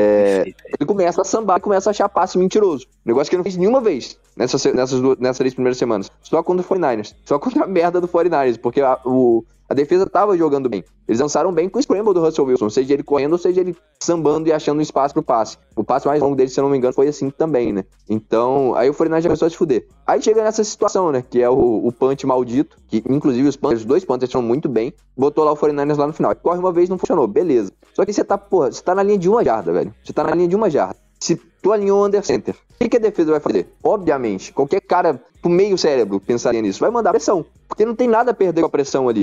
Ele começa a sambar e começa a achar passe mentiroso. Negócio que ele não fez nenhuma vez nessas 3 primeiras semanas. Só contra o 49ers. Só contra a merda do 49ers. Porque a defesa tava jogando bem. Eles lançaram bem com o scramble do Russell Wilson. Seja ele correndo, ou seja ele sambando e achando um espaço pro passe. O passe mais longo dele, se eu não me engano, foi assim também, né? Então, aí o 49ers já começou a se fuder. Aí chega nessa situação, né? Que é o punch maldito. Que, inclusive, os 2 punts estão muito bem. Botou lá o 49ers lá no final. Corre uma vez, não funcionou. Beleza. Só que você tá na linha de 1 jarda, velho. Você tá na linha de 1 jarda. Se tu alinhou o under center, o que a defesa vai fazer? Obviamente, qualquer cara com meio cérebro pensaria nisso. Vai mandar pressão. Porque não tem nada a perder com a pressão ali.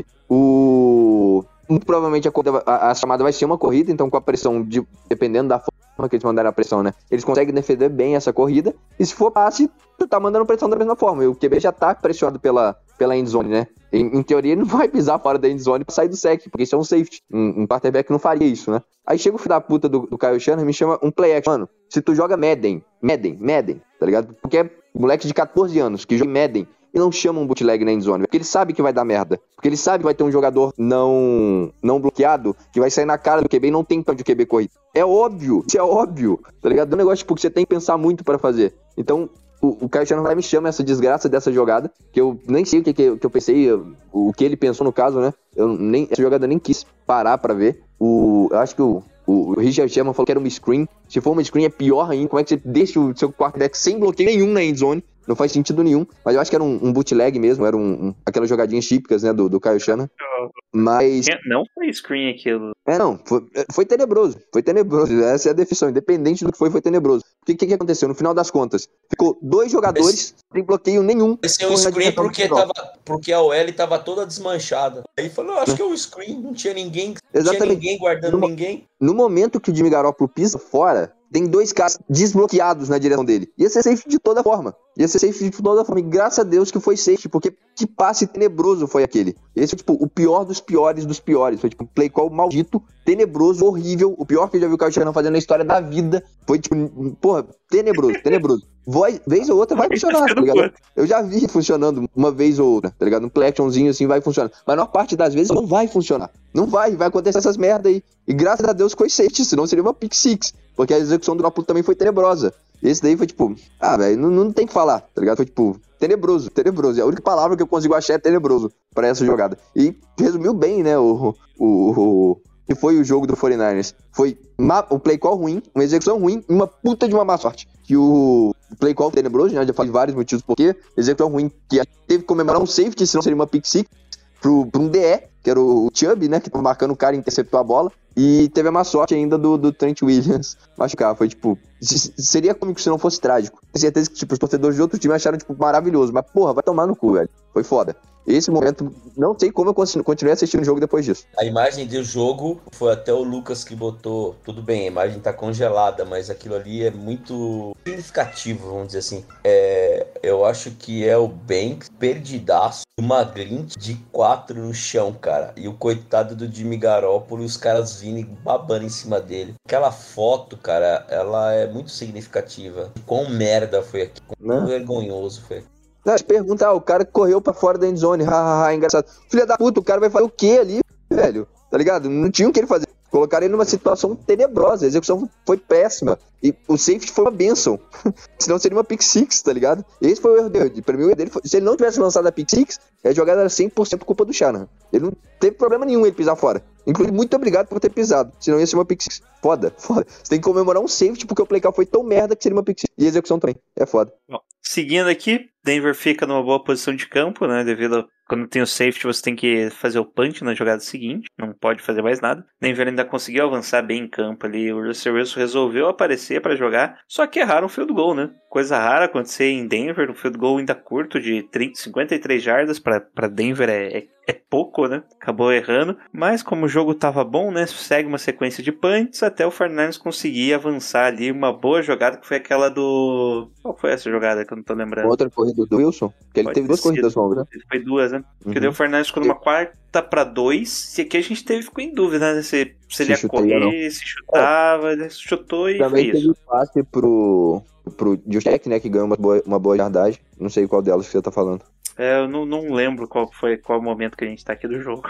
Muito provavelmente a chamada vai ser uma corrida, então com a pressão, dependendo da forma que eles mandarem a pressão, né? Eles conseguem defender bem essa corrida. E se for passe, tu tá mandando pressão da mesma forma. E o QB já tá pressionado pela endzone, né? Em teoria, ele não vai pisar fora da endzone pra sair do sec, porque isso é um safety. Um quarterback não faria isso, né? Aí chega o filho da puta do Kyle Shanahan e me chama um play action. Mano, se tu joga Madden, tá ligado? Porque é moleque de 14 anos que joga Madden e não chama um bootleg na endzone, porque ele sabe que vai dar merda. Porque ele sabe que vai ter um jogador não bloqueado, que vai sair na cara do QB e não tem pra onde o QB correr. É óbvio, isso é óbvio, tá ligado? É um negócio tipo, que você tem que pensar muito pra fazer. Então, o Kyle Shanahan me chama essa desgraça dessa jogada, que eu nem sei o que eu pensei, o que ele pensou no caso, né? Essa jogada eu nem quis parar pra ver. Eu acho que o Richard Sherman falou que era uma screen. Se for uma screen é pior ainda. Como é que você deixa o seu quarterback sem bloqueio nenhum na endzone? não faz sentido nenhum. Mas eu acho que era um bootleg mesmo, era aquelas jogadinhas típicas, né, do Kyle Shanahan. Mas... Não foi screen aquilo. Não, foi tenebroso. Foi tenebroso. Essa é a definição. Independente do que foi tenebroso. O que aconteceu? No final das contas, ficou 2 jogadores sem bloqueio nenhum. Esse é um screen porque a OL tava toda desmanchada. Aí falou, acho que é um screen, não tinha ninguém. Exatamente. Não tinha ninguém guardando ninguém. No momento que o Jimmy Garoppolo pisa fora, tem 2 caras desbloqueados na direção dele. Ia ser safe de toda forma. E graças a Deus que foi safe, porque que passe tenebroso foi aquele. Esse foi, tipo, o pior dos piores dos piores. Foi, tipo, um play call maldito, tenebroso, horrível. O pior que eu já vi o Kyle Shanahan fazendo na história da vida. Foi, tipo, porra, tenebroso. Vez ou outra vai funcionar, tá ligado? Eu já vi funcionando uma vez ou outra, tá ligado? Um play actionzinho assim vai funcionar. Mas a maior parte das vezes não vai funcionar. Não vai acontecer essas merda aí. E graças a Deus foi safety, senão seria uma pick six. Porque a execução do Garoppolo também foi tenebrosa. Esse daí foi tipo, velho, não tem que falar, tá ligado? Foi tipo, tenebroso. E a única palavra que eu consigo achar é tenebroso pra essa jogada. E resumiu bem, né, que foi o jogo do 49ers. Foi um play call ruim, uma execução ruim e uma puta de uma má sorte. Que o play call tenebroso, né, já falei vários motivos por quê. Execução ruim, que teve que comemorar um safety, senão seria uma pick six. Pra um DE, que era o Chubb, né, que tava marcando o cara e interceptou a bola. E teve a má sorte ainda do Trent Williams machucar. Foi tipo, seria cômico se não fosse trágico. Tenho certeza que tipo, os torcedores de outro time acharam tipo, maravilhoso. Mas porra, vai tomar no cu, velho. Foi foda. Esse momento, não sei como eu continuei assistindo o jogo depois disso. A imagem do jogo foi até o Lucas que botou. Tudo bem, a imagem tá congelada, mas aquilo ali é muito significativo, vamos dizer assim. Eu acho que é o Banks perdidaço, uma glint de 4 no chão, cara. E o coitado do Jimmy Garoppolo e os caras vindo e babando em cima dele. Aquela foto, cara, ela é muito significativa. Quão merda foi aqui, quão vergonhoso foi aqui. Não, pergunta, o cara correu pra fora da endzone, engraçado. Filha da puta, o cara vai fazer o quê ali, velho? Tá ligado? Não tinha o que ele fazer. Colocaram ele numa situação tenebrosa, a execução foi péssima. E o safety foi uma bênção. Senão seria uma pick six, tá ligado? Esse foi o erro dele. Pra mim, o erro dele foi... Se ele não tivesse lançado a pick six, a jogada era 100% culpa do Shanahan. Ele não teve problema nenhum ele pisar fora. Inclusive, muito obrigado por ter pisado. Senão ia ser uma pick six. Foda. Você tem que comemorar um safety porque o play call foi tão merda que seria uma pick six. E a execução também. É foda. Bom, seguindo aqui, Denver fica numa boa posição de campo, né? Devido a... Quando tem o safety, você tem que fazer o punch na jogada seguinte. Não pode fazer mais nada. Denver ainda conseguiu avançar bem em campo ali. O Russell Wilson resolveu aparecer para jogar. Só que erraram o field goal, né? Coisa rara acontecer em Denver. Um field goal ainda curto de 53 jardas. Para Denver é pouco, né? Acabou errando. Mas como o jogo tava bom, né? Segue uma sequência de punts até o 49ers conseguir avançar ali. Uma boa jogada que foi aquela do... Qual foi essa jogada que eu não tô lembrando? Outra corrida do Wilson? Porque ele teve 2 corridas longas, né? Foi 2, né? Porque daí o 49ers ficou numa 4-2. E aqui a gente ficou em dúvida, né? Se ele ia correr, se chutava. Ele chutou e também foi teve isso. Passe pro Juszczyk, né? Que ganhou uma boa yardagem. Não sei qual delas que você tá falando. Eu não lembro qual momento que a gente tá aqui do jogo.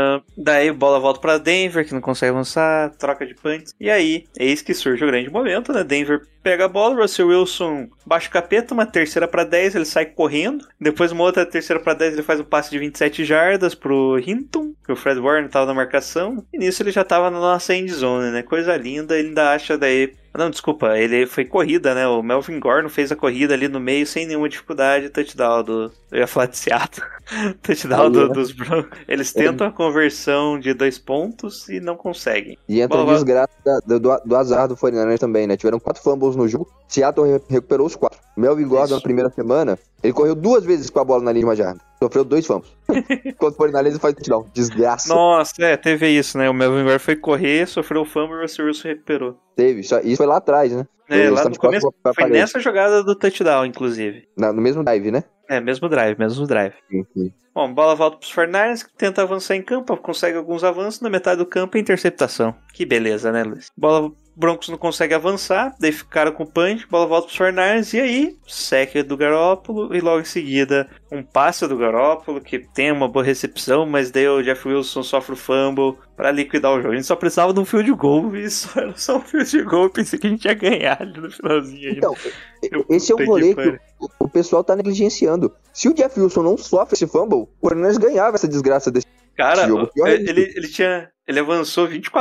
Daí a bola volta pra Denver, que não consegue avançar, troca de punts. E aí, eis que surge o grande momento, né? Denver pega a bola, Russell Wilson baixa o capeta, uma 3ª pra 10, ele sai correndo. Depois uma outra 3ª pra 10, ele faz um passe de 27 jardas pro Hinton, que o Fred Warner tava na marcação. E nisso ele já tava na nossa endzone, né? Coisa linda, ele ainda acha daí... Não, desculpa, ele foi corrida, né? O Melvin Gordon fez a corrida ali no meio sem nenhuma dificuldade, touchdown do... Eu ia falar de Seattle. Touchdown dos Broncos. Eles tentam a conversão de 2 pontos e não conseguem. E entra a desgraça do azar do 49ers também, né? Tiveram 4 fumbles no jogo, Seattle recuperou os 4. Melvin Gordon na primeira semana, ele correu 2 vezes com a bola na linha de uma jarda. Sofreu 2 fumbles. Quando o 49ers ele faz touchdown. Desgraça. Nossa, teve isso, né? O Melvin Gordon foi correr, sofreu o fumble e o Russell Wilson recuperou. Teve, isso foi lá atrás, né? Lá no começo, foi nessa jogada do touchdown, inclusive. No mesmo drive, né? Mesmo drive. Sim. Bom, bola volta pros 49ers, que tenta avançar em campo, consegue alguns avanços, na metade do campo é interceptação. Que beleza, né, Luiz? Broncos não consegue avançar, daí ficaram com o punch, bola volta pros 49ers, e aí, sec do Garoppolo, e logo em seguida, um passe do Garoppolo, que tem uma boa recepção, mas daí o Jeff Wilson sofre o fumble pra liquidar o jogo. A gente só precisava de um field goal, e era só um field goal, eu pensei que a gente ia ganhar ali no finalzinho. Então, esse é um rolê que o pessoal tá negligenciando. Se o Jeff Wilson não sofre esse fumble, o 49ers ganhava essa desgraça desse cara, jogo. ele avançou 24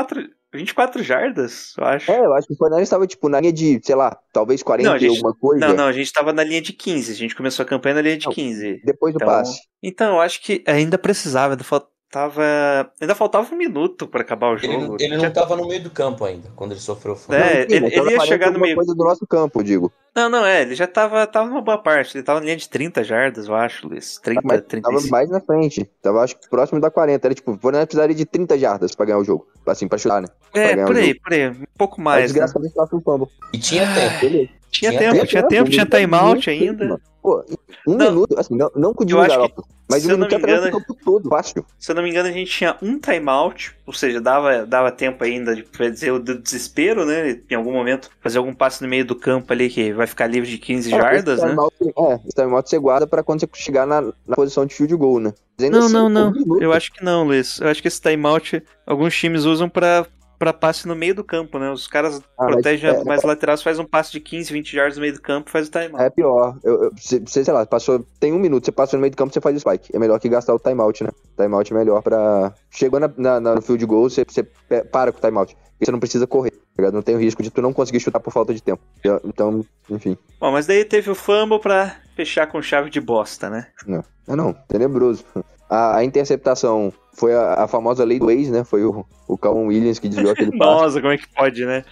24 jardas, eu acho. Eu acho que o 49ers estava, tipo, na linha de, sei lá, talvez 40 Não, a e gente- alguma coisa. Não, a gente tava na linha de 15. A gente começou a campanha na linha de Não, 15. Depois do passe. Então, eu acho que ainda precisava, ainda faltava um minuto pra acabar o jogo. Ele não tava no meio do campo ainda, quando ele sofreu o fumble. É, Enfim, mas ele ia tava chegar no alguma meio. coisa do nosso campo, eu digo. Não, ele já tava numa boa parte. Ele tava na linha de 30 jardas, eu acho, Luiz. 30, Mas tava 35. mais na frente. Tava, acho que próximo da 40. Era tipo, o 49ers precisaria de 30 jardas pra ganhar o jogo. Assim, pra chutar, né? Pra É, ganhar por o aí, jogo. por aí. Um pouco Aí, mais, né? desgraçadamente, tava um fumble. E tinha tempo. Beleza. Tinha Tinha tempo, tinha timeout Muito ainda. tempo, mano. Pô, um Não. minuto, assim, não com o Eu Dino acho que, Garoppolo, mas se um eu não minuto me atrás do engano, campo todo, fácil. se eu não me engano, a gente tinha um timeout, ou seja, dava tempo ainda de fazer o do desespero, né? Em algum momento, fazer algum passe no meio do campo ali que vai ficar livre de 15 jardas, né? Esse timeout você guarda pra quando você chegar na posição de field goal, né? Mas ainda assim, Não. um minuto. Eu acho que não, Luiz. Eu acho que esse timeout alguns times usam pra passe no meio do campo, né? Os caras protegem mais laterais, faz um passe de 15, 20 yards no meio do campo e faz o timeout. É pior. Você, sei lá, tem um minuto, você passou no meio do campo, você faz o spike. É melhor que gastar o timeout, né? O timeout é melhor pra... Chegou no field goal, você para com o timeout. E você não precisa correr, tá ligado? Não tem o risco de tu não conseguir chutar por falta de tempo. Então, enfim. Bom, mas daí teve o fumble pra fechar com chave de bosta, né? Não, tenebroso. A interceptação foi a famosa lei do ex, né? Foi o Calvin Williams que desviou aquele passe. Nossa, como é que pode, né?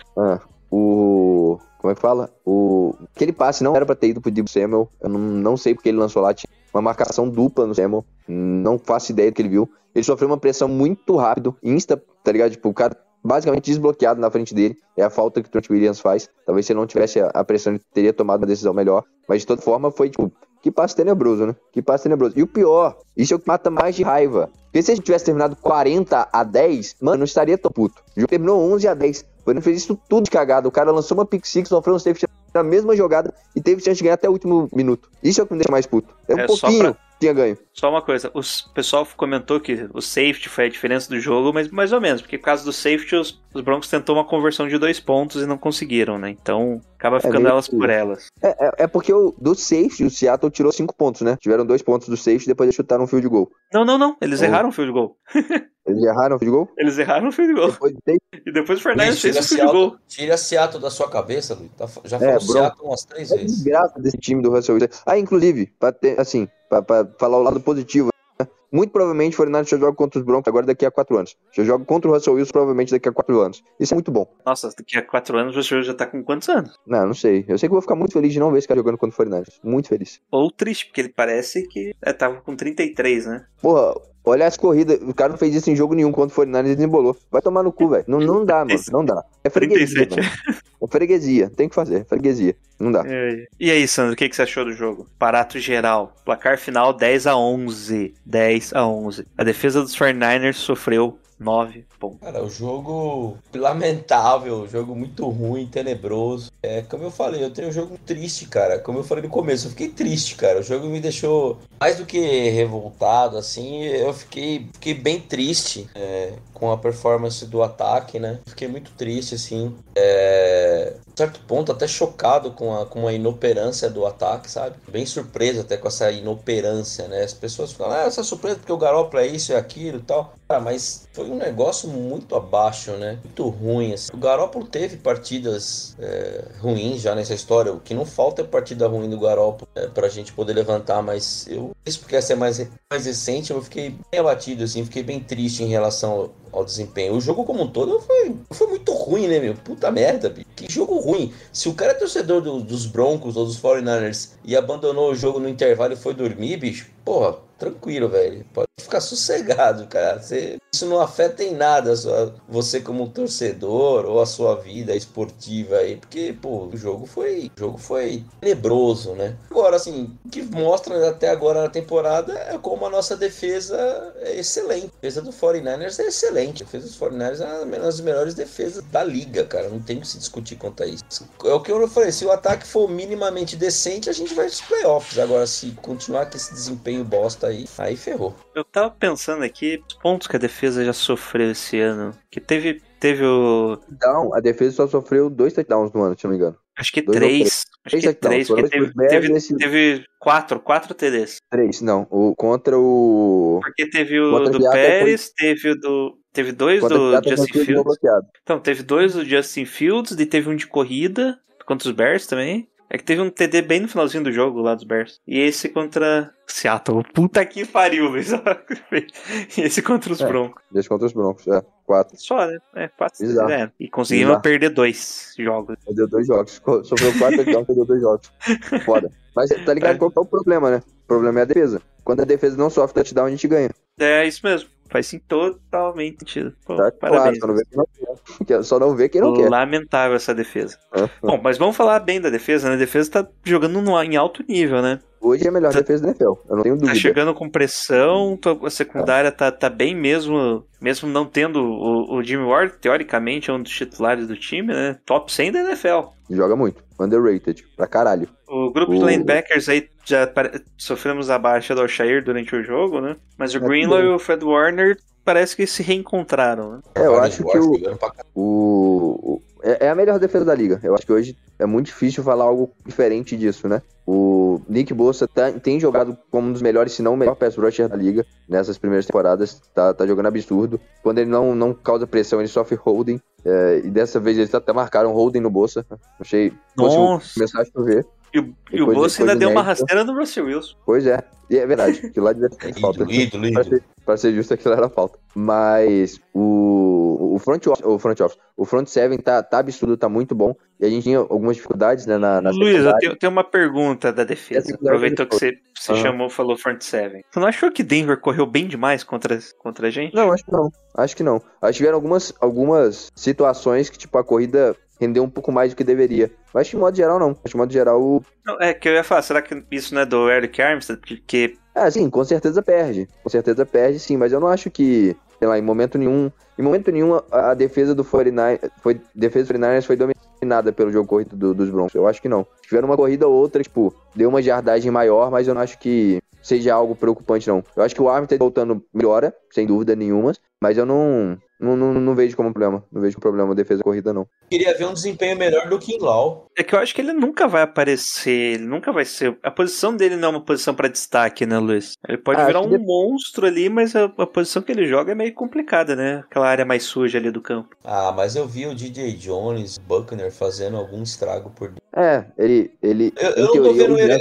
Como é que fala? Aquele passe não era pra ter ido pro Deebo Samuel. Eu não sei porque ele lançou lá. Tinha uma marcação dupla no Samuel. Não faço ideia do que ele viu. Ele sofreu uma pressão muito rápido. Tá ligado? Tipo, o cara basicamente desbloqueado na frente dele. É a falta que o Trent Williams faz. Talvez se ele não tivesse a pressão, ele teria tomado uma decisão melhor. Mas de toda forma foi, tipo... Que passe tenebroso, né? Que passe tenebroso. E o pior, isso é o que mata mais de raiva. Porque se a gente tivesse terminado 40-10, mano, não estaria tão puto. O jogo terminou 11-10. Ele fez isso tudo de cagada. O cara lançou uma pick six, sofreu um safety na mesma jogada e teve chance de ganhar até o último minuto. Isso é o que me deixa mais puto. Um pouquinho tinha ganho. Só uma coisa, o pessoal comentou que o safety foi a diferença do jogo, mas mais ou menos, porque por causa do safety os Broncos tentou uma conversão de 2 pontos e não conseguiram, né? Então acaba ficando elas por elas. É porque do safety o Seattle tirou 5 pontos, né? Tiveram 2 pontos do safety e depois eles chutaram um field goal. Não. Eles erraram o field goal. Eles erraram o field goal? Eles erraram o field goal. E depois o Fernandes fez o field goal. Tira Seattle da sua cabeça, Luiz. Já falou Seattle umas 3 vezes. Desgraça desse time do Russell Wilson. Inclusive, pra falar o lado positivo, né? Muito provavelmente o Fernandes já joga contra os Broncos agora daqui a 4 anos. Já joga contra o Russell Wilson provavelmente daqui a 4 anos. Isso é muito bom. Nossa, daqui a 4 anos você já tá com quantos anos? Não sei. Eu sei que eu vou ficar muito feliz de não ver esse cara jogando contra o Fernandes. Muito feliz. Ou triste, porque ele parece que tava com 33, né? Porra, olha as corridas. O cara não fez isso em jogo nenhum contra o Fernandes e desembolou. Vai tomar no cu, velho. Não dá, mano. Não dá. É freguesia, 37. mano. É freguesia. Tem que fazer. Freguesia. Não dá. E aí, Sandro, o que você achou do jogo? Parato geral. Placar final 10-11. 10-11. A defesa dos 49ers sofreu 9 pontos. Cara, o jogo lamentável, jogo muito ruim, tenebroso. Como eu falei, eu tenho um jogo triste, cara. Como eu falei no começo, eu fiquei triste, cara. O jogo me deixou mais do que revoltado, assim. Eu fiquei bem triste com a performance do ataque, né? Fiquei muito triste, assim. Certo ponto, até chocado com a inoperância do ataque, sabe? Bem surpreso até com essa inoperância, né? As pessoas falam, essa surpresa porque o Garoppolo é isso e aquilo e tal. Cara, mas foi um negócio muito abaixo, né? Muito ruim, assim. O Garoppolo teve partidas ruins já nessa história. O que não falta é partida ruim do Garoppolo pra gente poder levantar, mas isso porque essa é mais recente, eu fiquei bem abatido, assim, fiquei bem triste em relação ao desempenho. O jogo como um todo foi muito ruim, né, meu? Puta merda, bicho. Que jogo ruim. Se o cara é torcedor dos Broncos ou dos 49ers e abandonou o jogo no intervalo e foi dormir, bicho, porra, tranquilo, velho. Pode ficar sossegado, cara. Isso não afeta em nada você como torcedor ou a sua vida esportiva aí, porque, pô, o jogo foi tenebroso, né? Agora, assim, o que mostra até agora na temporada é como a nossa defesa é excelente. A defesa do 49ers é excelente. A defesa dos 49ers é uma das melhores defesas da liga, cara. Não tem o que se discutir quanto a isso. É o que eu falei, se o ataque for minimamente decente, a gente vai pros playoffs. Agora, se continuar com esse desempenho bosta aí ferrou. Eu tava pensando aqui, os pontos que a defesa já sofreu esse ano, que teve o... Não, a defesa só sofreu 2 touchdowns no ano, se não me engano. Acho que 3. Acho que 3, porque teve 4 TDs. 3, não. Contra o... Porque teve o do Pérez, teve Teve dois Contra do Seattle, Justin foi Fields. bloqueado. Então, teve dois do Justin Fields, e teve um de corrida contra os Bears também. É que teve um TD bem no finalzinho do jogo lá dos Bears. E esse contra Seattle. Puta que pariu, Luiz. E esse contra os Broncos. Esse contra os Broncos, 4. Só, né? 4. Exato. E conseguimos Exato. perder 2 jogos. Perdeu 2 jogos. Sofreu 4 touchdowns, perdeu 2 jogos. Foda. Mas tá ligado qual que é o problema, né? O problema é a defesa. Quando a defesa não sofre touchdown, a gente ganha. É isso mesmo. Faz sim totalmente sentido. Pô, Tá? parabéns. Claro, só não vê quem não quer. Lamentável essa defesa. Bom, mas vamos falar bem da defesa, né? A defesa tá jogando em alto nível, né? Hoje é a melhor defesa da NFL, eu não tenho dúvida. Tá chegando com pressão, a secundária tá bem mesmo não tendo o Jimmy Ward, teoricamente é um dos titulares do time, né? Top 100 da NFL. Joga muito, underrated, pra caralho. O grupo de linebackers aí já sofremos a baixa do Alshire durante o jogo, né? Mas o Greenlaw e o Fred Warner parece que se reencontraram, né? Eu acho que é a melhor defesa da liga. Eu acho que hoje é muito difícil falar algo diferente disso, né? O Nick Bosa tem jogado como um dos melhores, se não o melhor pass rusher da liga nessas primeiras temporadas. Tá jogando absurdo. Quando ele não causa pressão, ele sofre holding. E dessa vez eles até marcaram holding no Bosa. Achei Nossa. Começar a chover. E o Bosa ainda deu uma rasteira no Russell Wilson. Pois é. E é verdade. Aquilo lá devia ter falta. Pra ser justo, aquilo era falta. Mas o front seven tá absurdo, tá muito bom. E a gente tinha algumas dificuldades, né, na Luiz, eu tenho uma pergunta da defesa. Aproveitou que você falou front seven. Você não achou que Denver correu bem demais contra a gente? Não, acho que não. Acho que tiveram algumas situações que, tipo, a corrida rendeu um pouco mais do que deveria. Mas de modo geral, não. De modo geral... Não, que eu ia falar, será que isso não é do Eric Armstead? Porque... sim, com certeza perde. Com certeza perde, sim. Mas eu não acho que, sei lá, em momento nenhum a defesa do 49ers foi dominada pelo jogo corrido dos Broncos. Eu acho que não. Tiveram uma corrida ou outra, tipo, deu uma jardagem maior, mas eu não acho que seja algo preocupante, não. Eu acho que o Armstead voltando melhora, sem dúvida nenhuma, mas eu não vejo como problema. Não vejo problema a defesa corrida, não. Queria ver um desempenho melhor do Kinlaw. É que eu acho que ele nunca vai aparecer, ele nunca vai ser... A posição dele não é uma posição pra destaque, né, Luiz? Ele pode virar um monstro ali, mas a posição que ele joga é meio complicada, né? Aquela área mais suja ali do campo. Mas eu vi o DJ Jones, Buckner, fazendo algum estrago por dentro. Ele... Eu não tô vendo ele...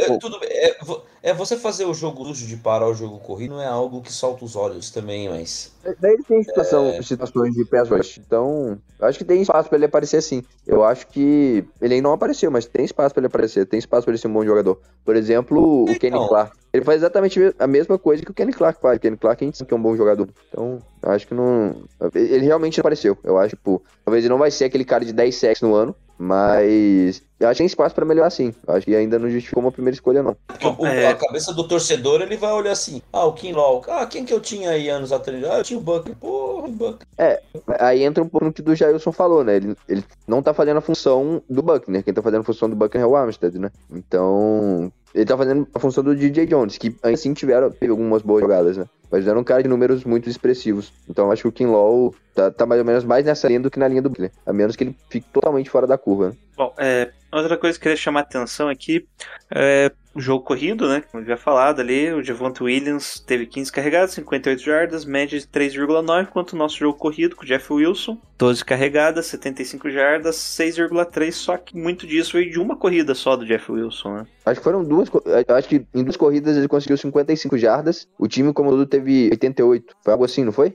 Você fazer o jogo sujo de parar o jogo corrido não é algo que solta os olhos também, mas... Daí ele tem situações de pass rush. Então, eu acho que tem espaço pra ele aparecer sim. Eu acho que ele ainda não apareceu, mas tem espaço pra ele aparecer. Tem espaço pra ele ser um bom jogador. Por exemplo, o Kenny Clark. Ele faz exatamente a mesma coisa que o Kenny Clark faz. O Kenny Clark a gente sabe que é um bom jogador. Então, eu acho que não... Ele realmente não apareceu. Eu acho, talvez ele não vai ser aquele cara de 10 sacks no ano, mas eu acho que tem espaço pra melhorar sim. Eu acho que ainda não justificou uma primeira escolha, não. A cabeça do torcedor, ele vai olhar assim, o Kinlaw, quem que eu tinha aí anos atrás? Eu tinha o Buckner, porra, o Buckner. Aí entra um pouco no que o Jailson falou, né? Ele não tá fazendo a função do Buckner. Quem tá fazendo a função do Buckner é o Armstead, né? Então, ele tá fazendo a função do DJ Jones, que assim teve algumas boas jogadas, né? Mas era um cara de números muito expressivos. Então acho que o Kinlaw tá mais ou menos mais nessa linha do que na linha do Buckner. A menos que ele fique totalmente fora da curva, né? Bom, outra coisa que eu queria chamar a atenção aqui é o jogo corrido, né? Como eu já falado ali, o Javonte Williams teve 15 carregadas, 58 jardas, média de 3,9, enquanto o nosso jogo corrido com o Jeff Wilson, 12 carregadas, 75 jardas, 6,3, só que muito disso veio de uma corrida só do Jeff Wilson, né? Acho que foram acho que em 2 corridas ele conseguiu 55 jardas, o time como todo teve 88, foi algo assim, não foi?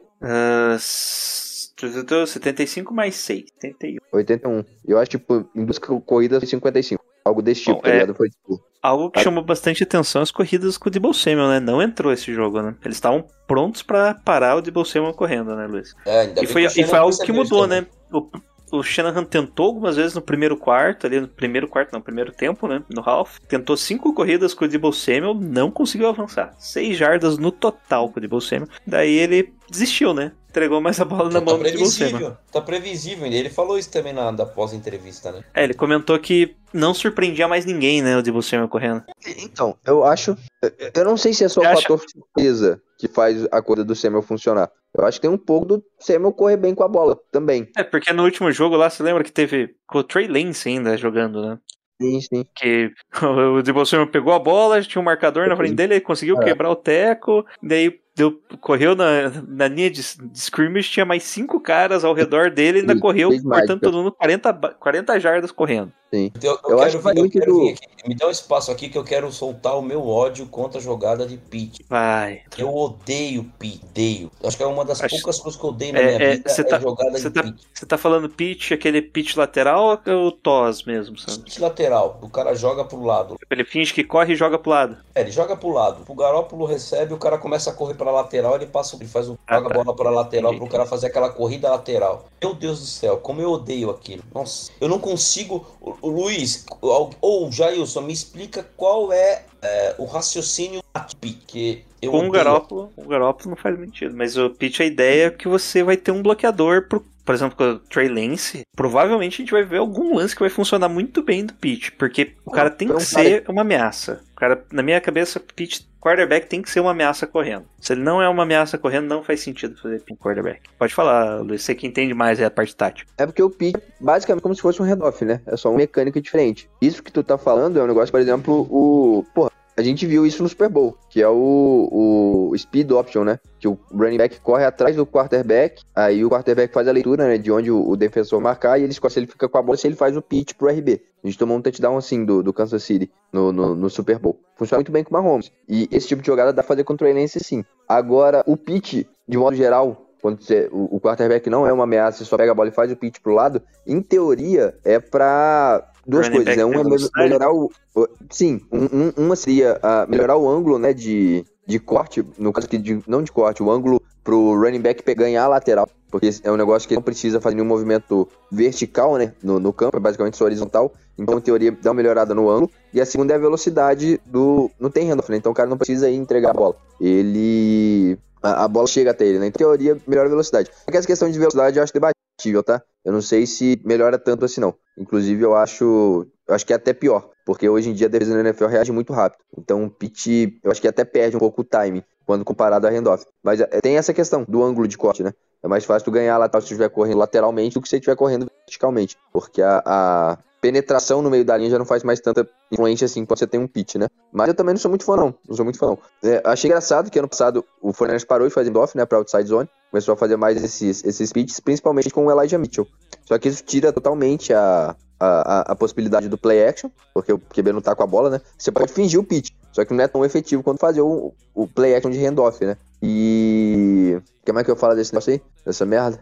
75 mais 6, 81. 81. Eu acho, tipo, em 2 corridas foi 55. Algo desse tipo, tá ligado? Foi tipo... Algo que chamou bastante atenção as corridas com o Deebo Samuel, né? Não entrou esse jogo, né? Eles estavam prontos pra parar o Deebo Samuel correndo, né, Luiz? E foi algo que mudou, né? O Shanahan tentou algumas vezes no primeiro tempo, né? No half. Tentou 5 corridas com o Deebo Samuel, não conseguiu avançar. 6 jardas no total com o Deebo Samuel. Daí ele desistiu, né? Entregou mais a bola na mão do Deebo Samuel. Tá previsível, ele falou isso também da pós-entrevista, né? Ele comentou que não surpreendia mais ninguém, né? O Deebo Samuel correndo. Então, eu acho... Eu não sei se é só o fator surpresa que faz a coisa do Samuel funcionar. Eu acho que tem um pouco do Samuel correr bem com a bola também. Porque no último jogo lá, você lembra que teve com o Trey Lance ainda jogando, né? Sim. Que o Deebo Samuel pegou a bola, tinha um marcador na frente dele, ele conseguiu quebrar o teco, daí correu na linha de scrimmage, tinha mais 5 caras ao redor dele e ainda Sim, correu, fez cortando mágica. todo mundo 40 jardas correndo. Sim. Eu Eu acho que vai muito quero do- vir aqui. Me dá um espaço aqui que eu quero soltar o meu ódio contra a jogada de Pitt. Vai. Eu odeio Pitt, odeio. Acho que é uma das Acho- poucas coisas que eu odeio na minha vida, Você é jogada de tá, Pitt. você tá falando pitch, aquele pitch lateral ou é o TOS mesmo, Sandro? Pitt lateral, o cara joga pro lado. Ele finge que corre e joga pro lado. Ele joga pro lado. O Garópolo recebe, o cara começa a correr pra lateral, ele joga a tá. bola pra lateral Entendi. pro cara fazer aquela corrida lateral. Meu Deus do céu, como eu odeio aquilo. Nossa, eu não consigo. O Luiz, ou Jailson, me explica qual é o raciocínio do Pitt, que eu Com odeio. o Garoppolo não faz sentido, mas o pitch, a ideia é que você vai ter um bloqueador por exemplo, com o Trey Lance, provavelmente a gente vai ver algum lance que vai funcionar muito bem do pitch, porque o cara tem que ser uma ameaça. O cara, na minha cabeça, pitch quarterback tem que ser uma ameaça correndo. Se ele não é uma ameaça correndo, não faz sentido fazer pitch quarterback. Pode falar, Luiz, você que entende mais é a parte tática. É porque o pitch, basicamente, como se fosse um handoff, né? É só uma mecânica diferente. Isso que tu tá falando é um negócio, por exemplo, a gente viu isso no Super Bowl, que é o speed option, né? Que o running back corre atrás do quarterback, aí o quarterback faz a leitura, né, de onde o defensor marcar, e ele escolhe se ele fica com a bola, se ele faz o pitch pro RB. A gente tomou um touchdown assim do Kansas City no Super Bowl. Funciona muito bem com o Mahomes. E esse tipo de jogada dá pra fazer com o Trey Lance, sim. Agora, o pitch, de modo geral, quando o quarterback não é uma ameaça, você só pega a bola e faz o pitch pro lado, em teoria é pra duas Running coisas, back né? Uma tem é velocidade? melhorar uma seria melhorar o ângulo, né, de corte, no caso aqui não de corte, o ângulo pro running back ganhar a lateral, porque é um negócio que não precisa fazer nenhum movimento vertical, né, no campo, é basicamente só horizontal, então em teoria dá uma melhorada no ângulo, e a segunda é a velocidade não tem handoff, né, então o cara não precisa ir entregar a bola, a bola chega até ele, né, em teoria melhora a velocidade. Essa questão de velocidade eu acho debatível, tá? Eu não sei se melhora tanto assim não, inclusive eu acho que é até pior, porque hoje em dia a defesa da NFL reage muito rápido. Então o pitch, eu acho que até perde um pouco o time quando comparado a handoff. Mas tem essa questão do ângulo de corte, né? É mais fácil tu ganhar a lateral se tu estiver correndo lateralmente do que se tu estiver correndo verticalmente. Porque a penetração no meio da linha já não faz mais tanta influência assim quando você tem um pitch, né? Mas eu também não sou muito fã, não. Achei engraçado que ano passado o 49ers parou de fazer handoff, né? Pra outside zone. Começou a fazer mais esses pitches, principalmente com o Elijah Mitchell. Só que isso tira totalmente a possibilidade do play action, porque o QB não tá com a bola, né? Você pode fingir o pitch, só que não é tão efetivo quanto fazer o play action de handoff, né? E... o que mais que eu falo desse negócio aí? Dessa merda?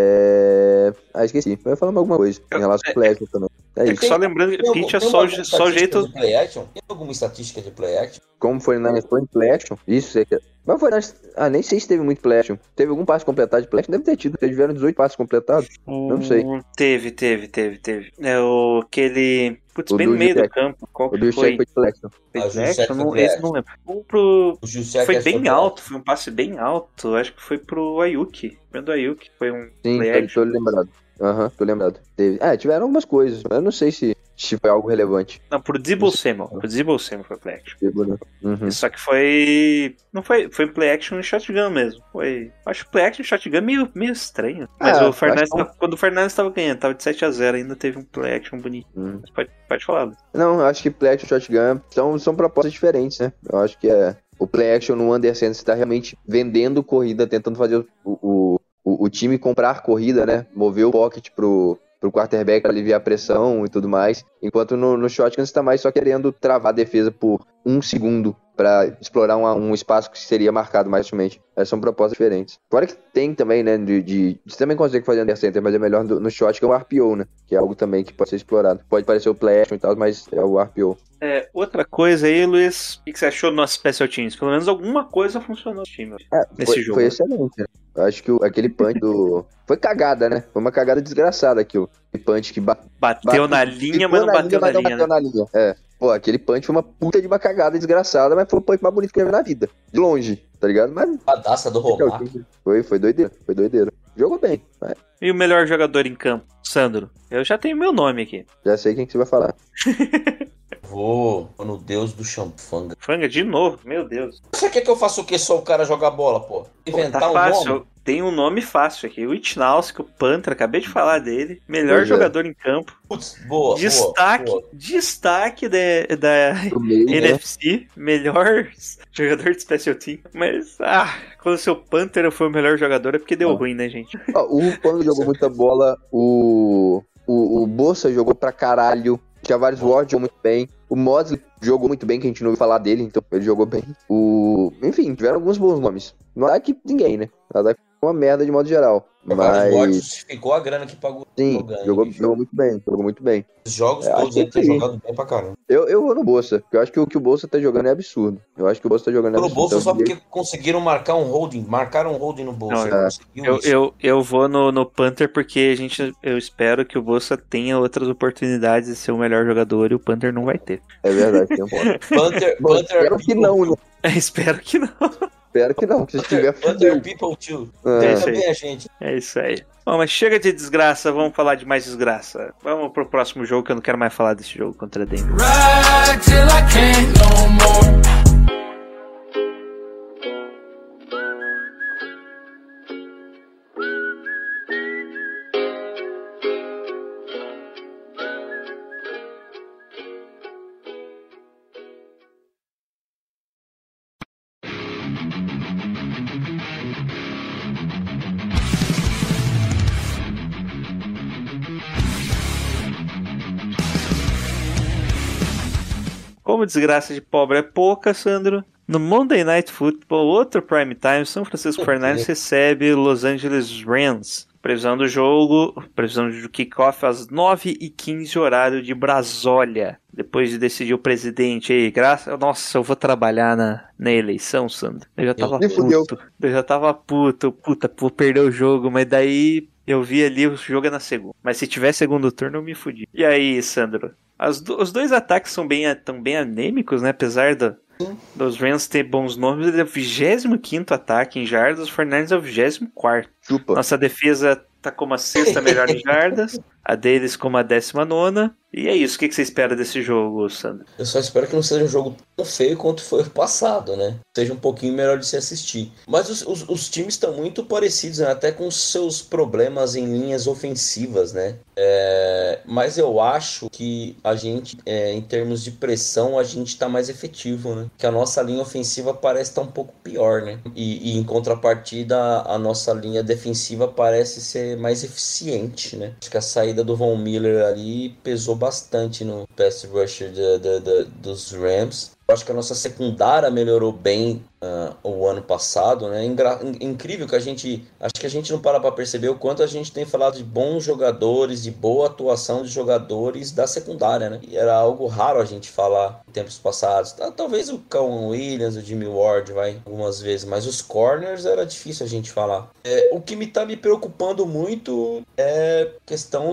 Esqueci. Eu ia falar alguma coisa em relação ao play action também. É isso. Só lembrando que pitch é só o jeito... de play action? Tem alguma estatística de play action? Como foi na play action? Isso, sei que... Mas foi nem sei se teve muito play action. Teve algum passe completado de play action? Deve ter tido. Tiveram 18 passes completados. Não sei. Teve. É aquele... Putz, O bem do no meio Juszczyk. do campo. Qual O que do foi? Shaq foi de play action. Foi Ah, o play Juszczyk action? foi Não, play esse action. não lembro. O Juszczyk Foi é bem sobre- alto, foi um passe bem alto. Acho que foi pro Ayuk. Do Ayuk. Foi um Sim, play action. tô lembrado. Tô lembrado. Tiveram algumas coisas, mas eu não sei se foi algo relevante. Não, pro Debo Samuel. Pro Debo Samuel foi play action. Uhum. Só que foi... Não foi play action e shotgun mesmo. Acho que play action e shotgun meio estranho. Mas o Fernandes, quando o Fernandes tava ganhando, tava de 7-0, ainda teve um play action bonito. Mas pode falar, Luiz. Não, eu acho que play action e shotgun são propostas diferentes, né? Eu acho que o play action no Under Center, você tá realmente vendendo corrida, tentando fazer o time comprar corrida, né? Mover o pocket pro quarterback pra aliviar a pressão e tudo mais. Enquanto no shotgun você tá mais só querendo travar a defesa por 1 segundo pra explorar um espaço que seria marcado mais facilmente. São propostas diferentes. Fora que tem também, né, você também consegue fazer under center, mas é melhor no shotgun o RPO, né? Que é algo também que pode ser explorado. Pode parecer o play action e tal, mas é o RPO. Outra coisa aí, Luiz, o que você achou do nosso Special Teams? Pelo menos alguma coisa funcionou no time nesse jogo. Foi excelente, né? Eu acho que aquele punch foi cagada, né? Foi uma cagada desgraçada aquilo. Aquele punch que bateu na linha, mas não bateu na linha, né? Pô, aquele punch foi uma puta de uma cagada desgraçada, mas foi o punch mais bonito que eu já vi na vida. De longe, tá ligado? Mas... a daça do Romar. Foi doideira. Jogou bem. Mas... E o melhor jogador em campo? Sandro. Eu já tenho meu nome aqui. Já sei quem que você vai falar. Vou no Deus do Champfanga. Fanga de novo, meu Deus. Você quer que eu faça o quê? Só o cara jogar bola, pô? Inventar tá um fácil. nome? tem um nome fácil aqui. O Ichnowski, o Panther, acabei de falar dele. Melhor Pois é. jogador em campo. Putz, boa, Destaque, boa. destaque da Do meio, né? NFC, melhor jogador de special team. Mas, quando o seu Panther foi o melhor jogador é porque deu ruim, né, gente? Ó, o Rupano jogou muita bola, o Bossa jogou pra caralho, o Tavares Ward jogou muito bem, o Mosley jogou muito bem, que a gente não ouviu falar dele, então ele jogou bem. Enfim, tiveram alguns bons nomes. No ataque, ninguém, né? No ataque foi uma merda de modo geral. O Tavares Ward Mas, justificou a grana que pagou. sim, jogou muito bem. Os jogos acho todos que ele tem sim. jogado bem pra caramba. Eu vou no Bolsa, porque eu acho que o que o Bolsa tá jogando é absurdo. Eu acho que o Bolsa tá jogando é Pelo absurdo. Bolsa só porque conseguiram marcar um holding. Marcaram um holding no Bolsa. Não, Conseguiu isso. Eu vou no Panther porque eu espero que o Bolsa tenha outras oportunidades de ser o melhor jogador e o Panther não vai ter. É verdade, tem um ponto. Bom, Panther espero que não, né? Espero que não. Espero que não, que se tiver Panther fudeu. People too. É. Tem também a gente. É isso aí. Bom, mas chega de desgraça, vamos falar de mais desgraça. Vamos pro próximo jogo, que eu não quero mais falar desse jogo contra a Denver. Ride till I can't no more. Como desgraça de pobre é pouca, Sandro, no Monday Night Football, outro prime time, São Francisco 49ers recebe Los Angeles Rams. Previsão do jogo, previsão do kickoff às 9h15, horário de Brasólia. Depois de decidir o presidente aí, nossa, eu vou trabalhar na eleição, Sandro. Eu já tava puto. Puta, vou perder o jogo, mas daí eu vi ali o jogo é na segunda. Mas se tiver segundo turno, eu me fudi. E aí, Sandro? Os dois ataques são tão bem anêmicos, né? Apesar dos Rams ter bons nomes, ele é o 25º ataque em jardas, os 49ers é o 24º. Chupa. Nossa defesa tá como a 6ª melhor em jardas, a deles como a 19ª. E é isso, o que você espera desse jogo, Sandro? Eu só espero que não seja um jogo tão feio quanto foi o passado, né? Seja um pouquinho melhor de se assistir. Mas os times estão muito parecidos, né? Até com seus problemas em linhas ofensivas, né? Mas eu acho que a gente, em termos de pressão, a gente tá mais efetivo, né? Que a nossa linha ofensiva parece estar um pouco pior, né? E em contrapartida, a nossa linha defensiva parece ser mais eficiente, né? Acho que a saída do Von Miller ali pesou bastante no pass rusher dos Rams. Eu acho que a nossa secundária melhorou bem o ano passado, né? Incrível que acho que a gente não para pra perceber o quanto a gente tem falado de bons jogadores, de boa atuação de jogadores da secundária, né? E era algo raro a gente falar em tempos passados. Talvez o Calvin Williams, o Jimmy Ward, algumas vezes, mas os corners era difícil a gente falar. O que tá me preocupando muito é a questão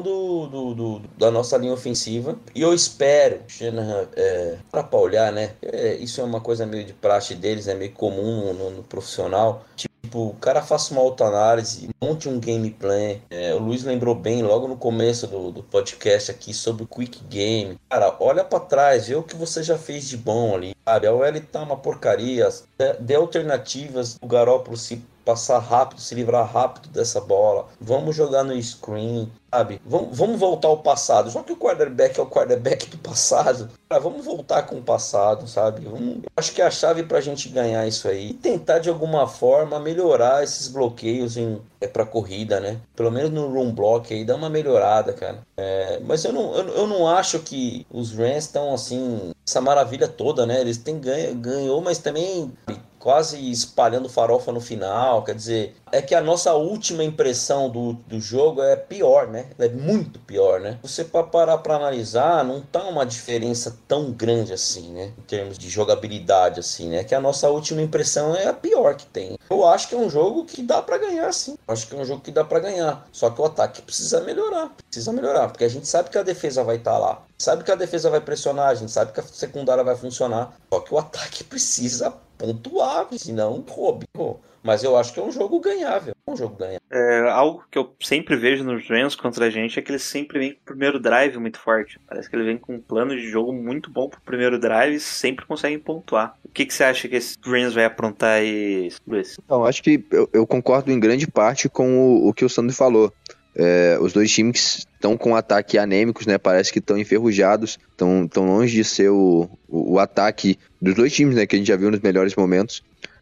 da nossa linha ofensiva. E eu espero, Shanahan, para olhar, né? Isso é uma coisa meio de praxe deles, né? Meio comum no profissional. Tipo, o cara faça uma autoanálise, monte um game plan. O Luiz lembrou bem logo no começo do podcast aqui sobre o quick game. Cara, olha pra trás, vê o que você já fez de bom ali, sabe? A OL tá uma porcaria. Dê alternativas, o Garoppolo se passar rápido, se livrar rápido dessa bola. Vamos jogar no screen, sabe? Vamos voltar ao passado. Já que o quarterback é o quarterback do passado, cara, vamos voltar com o passado, sabe? Eu acho que é a chave pra gente ganhar isso aí. E tentar, de alguma forma, melhorar esses bloqueios pra corrida, né? Pelo menos no run block aí, dá uma melhorada, cara. Mas eu não acho que os Rams estão, assim, essa maravilha toda, né? Eles têm ganhou, mas também quase espalhando farofa no final. Quer dizer, é que a nossa última impressão do jogo é pior, né? É muito pior, né? Você parar pra analisar, não tá uma diferença tão grande assim, né? Em termos de jogabilidade, assim, né? Que a nossa última impressão é a pior que tem. Eu acho que é um jogo que dá pra ganhar, sim. Acho que é um jogo que dá pra ganhar. Só que o ataque precisa melhorar. Porque a gente sabe que a defesa vai estar lá. sabe que a defesa vai pressionar, a gente sabe que a secundária vai funcionar. Só que o ataque precisa pontuar, senão roube. Mas eu acho que é um jogo ganhável. Algo que eu sempre vejo nos Rams contra a gente é que eles sempre vêm com o primeiro drive muito forte. Parece que eles vêm com um plano de jogo muito bom pro primeiro drive e sempre conseguem pontuar. O que você acha que esse Rams vai aprontar aí, Luiz? Então, acho que eu concordo em grande parte com o que o Sandro falou. Os dois times estão com ataque anêmicos, né? Parece que estão enferrujados, estão longe de ser o ataque dos dois times, né? Que a gente já viu nos melhores momentos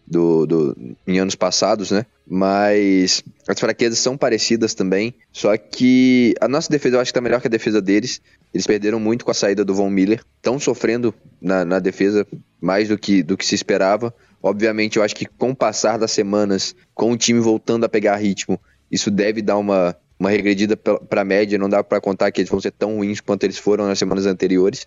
em anos passados, né? Mas as fraquezas são parecidas também. Só que a nossa defesa eu acho que tá melhor que a defesa deles. Eles perderam muito com a saída do Von Miller. Estão sofrendo na defesa mais do que se esperava. Obviamente, eu acho que com o passar das semanas, com o time voltando a pegar ritmo, isso deve dar uma regredida para a média. Não dá para contar que eles vão ser tão ruins quanto eles foram nas semanas anteriores.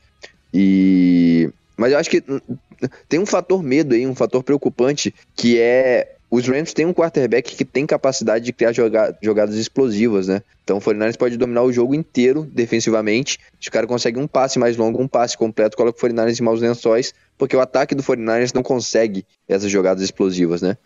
Mas eu acho que tem um fator medo aí, um fator preocupante, que é os Rams têm um quarterback que tem capacidade de criar jogadas explosivas, né? Então o 49ers pode dominar o jogo inteiro defensivamente. Se o cara consegue um passe mais longo, um passe completo, coloca o 49ers em maus lençóis, porque o ataque do 49ers não consegue essas jogadas explosivas, né?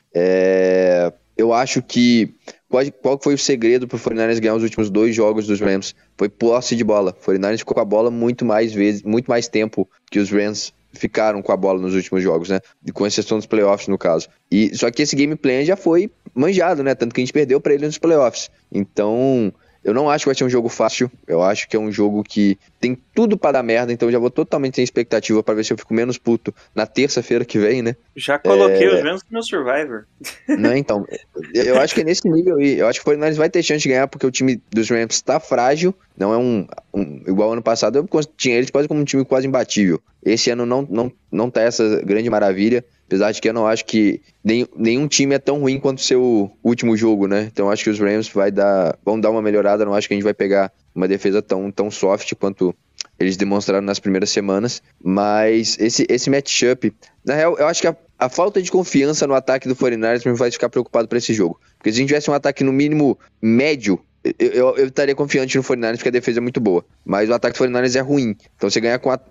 Eu acho que qual foi o segredo pro 49ers ganhar os últimos 2 jogos dos Rams? Foi posse de bola. O 49ers ficou com a bola muito mais tempo que os Rams ficaram com a bola nos últimos jogos, né? Com exceção dos playoffs, no caso. Só que esse game plan já foi manjado, né? Tanto que a gente perdeu pra ele nos playoffs. Então, eu não acho que vai ser um jogo fácil. Eu acho que é um jogo que tem tudo pra dar merda. Então eu já vou totalmente sem expectativa pra ver se eu fico menos puto na terça-feira que vem, né? Já coloquei os Rams no meu Survivor. Não, então, eu acho que é nesse nível aí. Eu acho que o 49ers vai ter chance de ganhar porque o time dos Rams tá frágil. Não é igual ano passado, eu tinha eles quase como um time quase imbatível. Esse ano não tá essa grande maravilha, apesar de que eu não acho que nenhum time é tão ruim quanto o seu último jogo, né? Então eu acho que os Rams vão dar uma melhorada, não acho que a gente vai pegar uma defesa tão soft quanto eles demonstraram nas primeiras semanas, mas esse matchup, na real, eu acho que a falta de confiança no ataque do 49ers me faz ficar preocupado para esse jogo, porque se a gente tivesse um ataque no mínimo médio, eu estaria confiante no 49ers porque a defesa é muito boa, mas o ataque do 49ers é ruim. Então você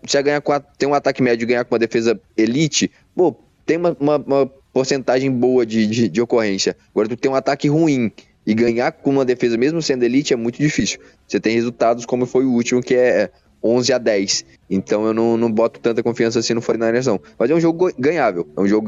tem um ataque médio e ganhar com uma defesa elite, tem uma porcentagem boa de ocorrência. Agora tu tem um ataque ruim e ganhar com uma defesa mesmo sendo elite é muito difícil. Você tem resultados como foi o último, que é 11-10. Então eu não boto tanta confiança assim no 49ers não. Mas é um jogo ganhável.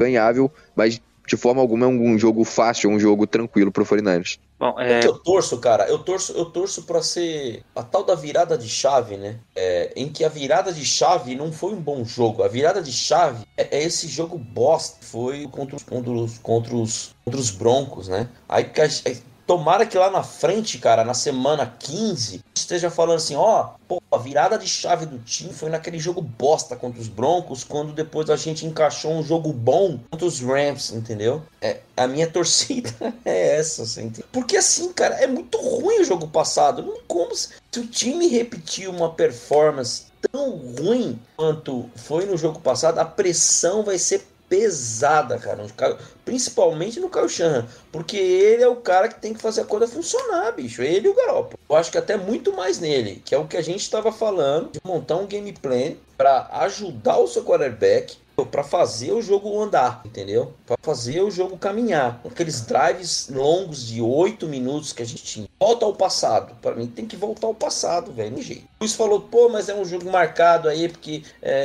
Mas de forma alguma é um jogo fácil, um jogo tranquilo pro 49ers. Bom, que eu torço, cara, eu torço pra ser a tal da virada de chave, né? Em que a virada de chave não foi um bom jogo. A virada de chave é esse jogo bosta. Foi contra os Broncos, né? Aí tomara que lá na frente, cara, na semana 15, esteja falando assim, a virada de chave do time foi naquele jogo bosta contra os Broncos, quando depois a gente encaixou um jogo bom contra os Rams, entendeu? A minha torcida é essa, assim. Porque assim, cara, é muito ruim o jogo passado. Não como se o time repetir uma performance tão ruim quanto foi no jogo passado, a pressão vai ser pesada, cara, principalmente no Kyle Shanahan, porque ele é o cara que tem que fazer a coisa funcionar, bicho, ele e o Garoppolo. Eu acho que até muito mais nele, que é o que a gente estava falando, de montar um game plan para ajudar o seu quarterback, para fazer o jogo andar, entendeu? Para fazer o jogo caminhar. Aqueles drives longos de 8 minutos que a gente tinha. Volta ao passado. Para mim tem que voltar ao passado, velho, no jeito. O Luiz falou, mas é um jogo marcado aí, porque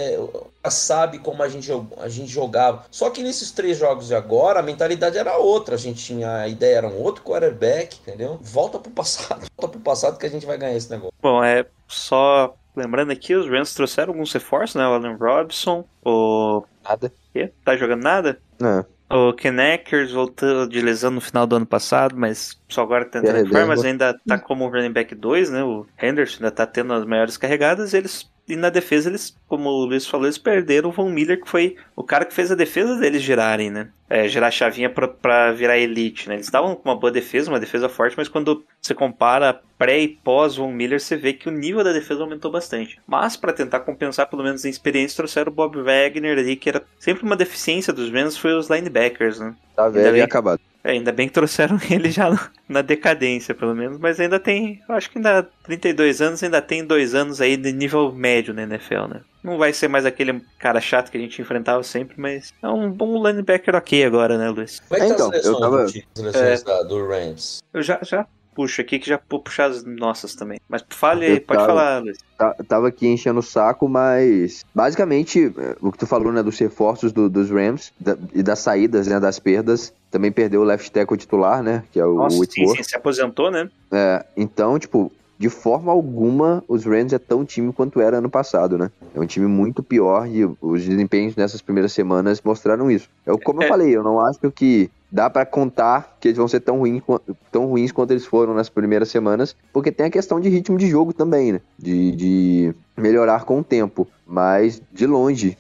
sabe como a gente jogava. Só que nesses 3 jogos de agora, a mentalidade era outra. A ideia era um outro quarterback, entendeu? Volta pro passado que a gente vai ganhar esse negócio. Bom, só lembrando aqui, os Rams trouxeram alguns reforços, né? O Allen Robinson, Nada. Quê? Tá jogando nada? Não. O Ken Akers voltou de lesão no final do ano passado, mas só agora tá tentando reformar, mas ainda tá como running back 2, né? O Henderson ainda tá tendo as maiores carregadas, e na defesa eles, como o Luiz falou, eles perderam o Von Miller, que foi o cara que fez a defesa deles girarem, né? Girar a chavinha pra virar elite, né? Eles estavam com uma boa defesa, uma defesa forte, mas quando você compara pré e pós Von Miller, você vê que o nível da defesa aumentou bastante. Mas pra tentar compensar pelo menos a experiência, trouxeram o Bob Wagner ali, que era sempre uma deficiência dos Rams, foi os linebackers, né? Tá velho e acabado. Ainda bem que trouxeram ele já na decadência, pelo menos, mas ainda tem, eu acho que ainda 32 anos, ainda tem 2 anos aí de nível médio na NFL, né? Não vai ser mais aquele cara chato que a gente enfrentava sempre, mas é um bom linebacker ok agora, né, Luiz? Como é que tá Então, as lesões eu tava- as lesões do Rams? Eu já puxo aqui, que já vou puxar as nossas também. Mas fale aí, Eu pode tava- falar, Luiz. Tava aqui enchendo o saco, mas basicamente o que tu falou, né, dos reforços dos Rams e das saídas, né, das perdas, também perdeu o left tackle titular, né, que é o Nossa, sim, Whitworth. se aposentou, né? Então, tipo, de forma alguma os Rams é tão time quanto era ano passado, né? É um time muito pior e os desempenhos nessas primeiras semanas mostraram isso. Como eu falei, eu não acho que dá pra contar que eles vão ser tão ruins quanto eles foram nas primeiras semanas, porque tem a questão de ritmo de jogo também, né? De melhorar com o tempo, mas de longe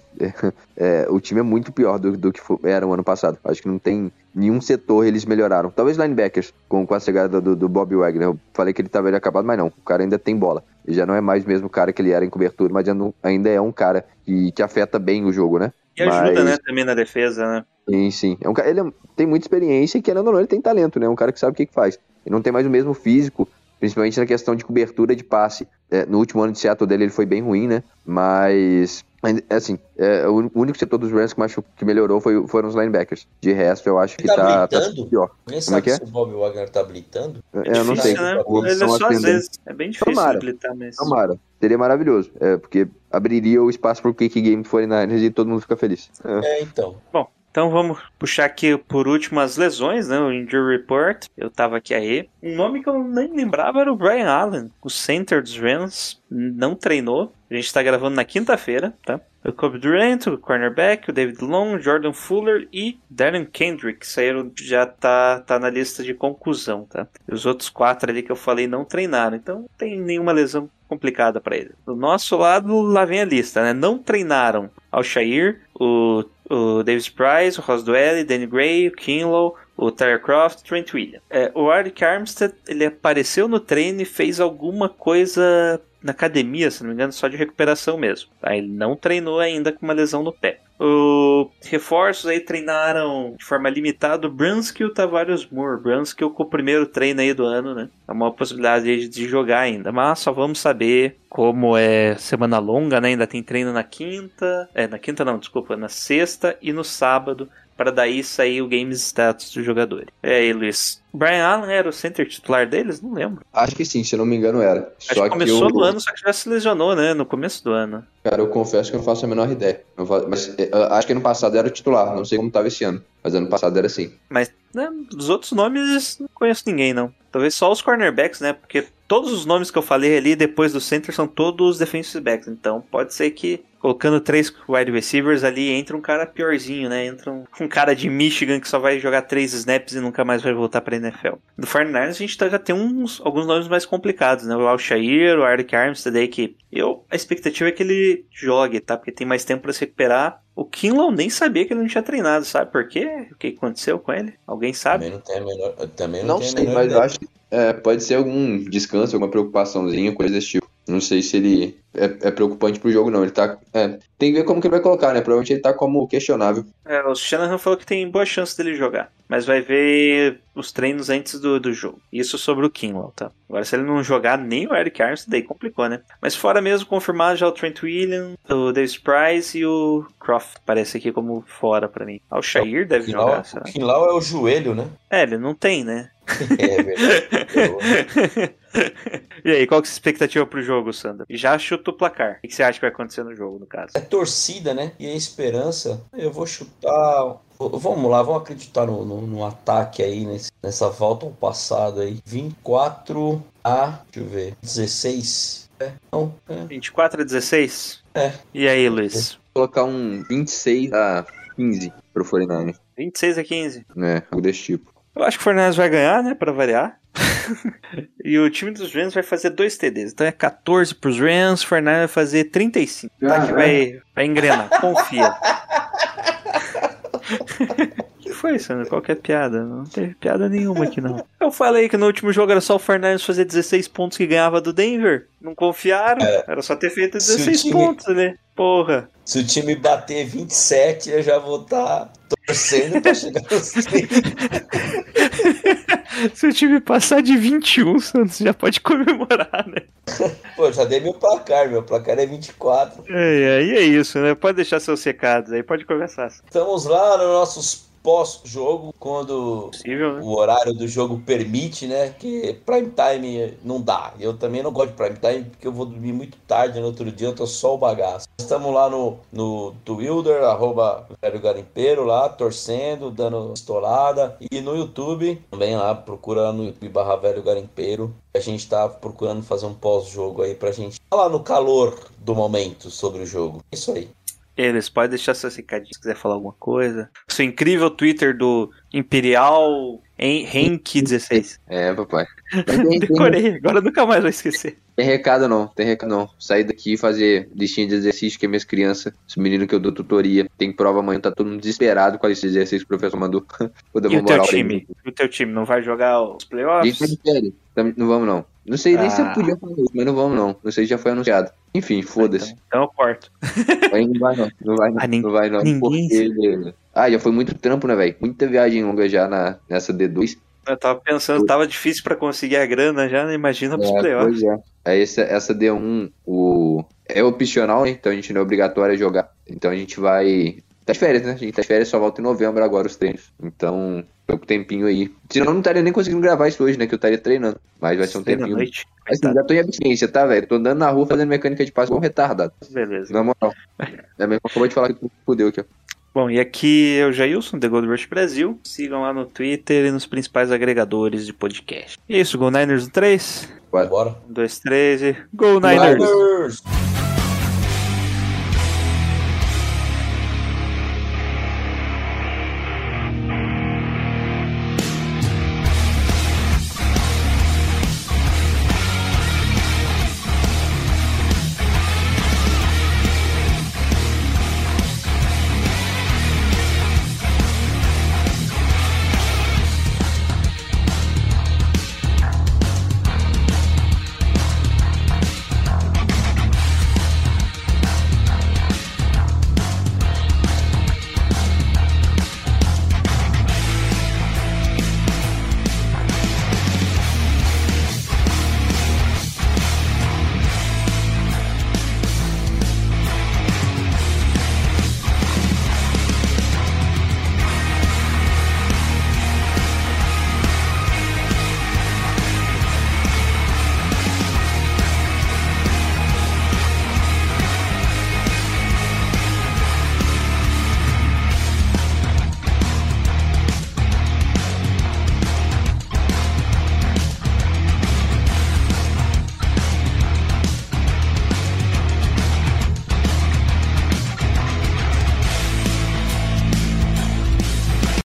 o time é muito pior do que era o ano passado. Acho que não tem nenhum setor eles melhoraram. Talvez linebackers, com a chegada do Bob Wagner. Eu falei que ele estava acabado, mas não. O cara ainda tem bola. Ele já não é mais o mesmo cara que ele era em cobertura, mas ainda é um cara que afeta bem o jogo, né? E ajuda, né, também na defesa, né? Sim. É um cara, ele tem muita experiência e, querendo ou não, ele tem talento, né? É um cara que sabe o que faz. Ele não tem mais o mesmo físico, principalmente na questão de cobertura de passe. No último ano de Seattle dele, ele foi bem ruim, né? Mas, assim, o único setor dos Rams que melhorou foram os linebackers. De resto, eu acho que tá pior. Ninguém Como é que sabe se o Bob Wagner tá blitando. Eu não sei. Né? Ele é só às vezes. É bem difícil Tomara. habilitar mesmo. Tomara. Seria maravilhoso. Porque abriria o espaço pro kick game do 49ers e todo mundo fica feliz. Então. Bom, então vamos puxar aqui por último as lesões, né? O Injury Report. Eu tava aqui aí. Um nome que eu nem lembrava era o Brian Allen, o center dos Rams. Não treinou. A gente tá gravando na quinta-feira, tá? O Kobe Durant, o cornerback, o David Long, Jordan Fuller e Darren Kendrick saíram, já tá na lista de conclusão, tá? E os outros 4 ali que eu falei não treinaram, então não tem nenhuma lesão complicada pra ele. Do nosso lado, lá vem a lista, né? Não treinaram Al-Shaair, o Davis Price, o Ross Dwelly, Danny Gray, o Kinlaw, o Tyler Croft, Trent Williams. O Arik Armstead, ele apareceu no treino e fez alguma coisa na academia, se não me engano, só de recuperação mesmo. Tá? Ele não treinou ainda com uma lesão no pé. Os reforços aí treinaram de forma limitada o Brunskill e o Tavares Moore. Brunskill com o primeiro treino aí do ano, né? É uma possibilidade de jogar ainda, mas só vamos saber como é semana longa, né? Ainda tem treino na quinta, na sexta e no sábado, para daí sair o game status dos jogadores. Aí, Luiz, o Brian Allen era o center titular deles? Não lembro. Acho que sim, se eu não me engano era. Acho que começou no ano, só que já se lesionou, né? No começo do ano. Cara, eu confesso que eu não faço a menor ideia. Mas acho que ano passado era o titular, não sei como estava esse ano. Mas ano passado era assim. Mas, né, dos outros nomes, não conheço ninguém, não. Talvez só os cornerbacks, né? Porque todos os nomes que eu falei ali depois do center são todos defensive backs. Então pode ser que colocando 3 wide receivers ali entra um cara piorzinho, né? Entra um cara de Michigan que só vai jogar 3 snaps e nunca mais vai voltar pra NFL. Do 49ers a gente já tem alguns nomes mais complicados, né? O Al-Shaair, o Arik Armstead aí que a expectativa é que ele jogue, tá? Porque tem mais tempo pra se recuperar. O Kinlaw nem sabia que ele não tinha treinado, sabe por quê? O que aconteceu com ele? Alguém sabe? Também não sei, mas ideia. acho que pode ser algum descanso, alguma preocupaçãozinha, coisa desse tipo. Não sei se ele é preocupante pro jogo, não. Ele tá. Tem que ver como que ele vai colocar, né? Provavelmente ele tá como questionável. O Shanahan falou que tem boa chance dele jogar, mas vai ver os treinos antes do jogo. Isso sobre o Kinlaw, tá? Agora, se ele não jogar nem o Arik Armstead, daí complicou, né? Mas fora mesmo, confirmado já o Trent Williams, o Davis Price e o Croft. Parece aqui como fora pra mim. O Al-Shaair deve jogar, será? O Kinlaw é o joelho, né? Ele não tem, né? É verdade. E aí, qual que é a expectativa pro jogo, Sandra? Já chuta o placar. O que você acha que vai acontecer no jogo, no caso? É torcida, né? E a esperança. Eu vou chutar. Vamos lá, vamos acreditar no ataque aí, nessa volta ao passado aí. 24 a. Deixa eu ver. 16. 24-16? E aí, Luiz? Vou colocar um 26 a 15 pro 49ers. 26-15. Algo desse tipo. Eu acho que o 49ers vai ganhar, né? Pra variar. E o time dos Rams vai fazer 2 TDs. Então é 14 pros Rams, o 49ers vai fazer 35. Tá que vai engrenar, confia. O que foi, Sandro? Qual que é a piada? Não teve piada nenhuma aqui, não. Eu falei que no último jogo era só o 49ers fazer 16 pontos que ganhava do Denver. Não confiaram. Era só ter feito 16 pontos, né? Porra. Se o time bater 27, eu já vou estar torcendo pra chegar nos 30. Se o time passar de 21, o Santos já pode comemorar, né? Pô, já dei meu placar é 24. E é isso, né? Pode deixar seus recados aí, pode começar. Estamos lá nos nossos pós-jogo, quando Possível, né? o horário do jogo permite, né? Que prime time não dá. Eu também não gosto de prime time porque eu vou dormir muito tarde no outro dia, eu tô só o bagaço. Estamos lá no Twitter, @Velho Garimpeiro lá, torcendo, dando estourada. E no YouTube, também lá, procura lá no YouTube /Velho Garimpeiro. A gente tá procurando fazer um pós-jogo aí pra gente falar no calor do momento sobre o jogo. Isso aí. Eles podem deixar seus recadinhos se quiser falar alguma coisa. Seu incrível Twitter do Imperial Henk16. É, papai. Decorei, agora nunca mais vou esquecer. Tem recado não. Sair daqui e fazer listinha de exercício que minhas crianças, os meninos que eu dou tutoria, tem prova amanhã, tá todo mundo desesperado com esse exercício que o professor mandou. Vou dar E uma o teu moral pra time? ele. E o teu time não vai jogar os A gente playoffs? tá de férias. Não vamos não. Não sei nem se eu podia falar isso, mas não vamos não. Não sei se já foi anunciado. Enfim, foda-se. Então eu corto. Aí não vai não. Não vai não. ninguém- Porque... já foi muito trampo, né, velho? Muita viagem longa já nessa D2. Eu tava pensando, tava difícil pra conseguir a grana já, né? Imagina pros playoffs. Pois é. Aí essa D1 é opcional, né? Então a gente não é obrigatório a jogar. Então a gente vai... Tá de férias, né? A gente tá de férias, só volta em novembro agora os treinos. Então, pouco tempinho aí. Senão eu não estaria nem conseguindo gravar isso hoje, né? Que eu estaria treinando. Mas vai ser um Treina à tempinho. noite. Mas assim, já tô em abstinência, tá, velho? Tô andando na rua fazendo mecânica de passe igual um retardado. Beleza. Na moral. É mesmo, acabou de falar que tu fudeu aqui, ó. Bom, e aqui é o Jailson, The Gold Rush Brasil. Sigam lá no Twitter e nos principais agregadores de podcast. E é isso, Go Niners no 3. Bora. 1, 2, 3 e Go Niners! Niners!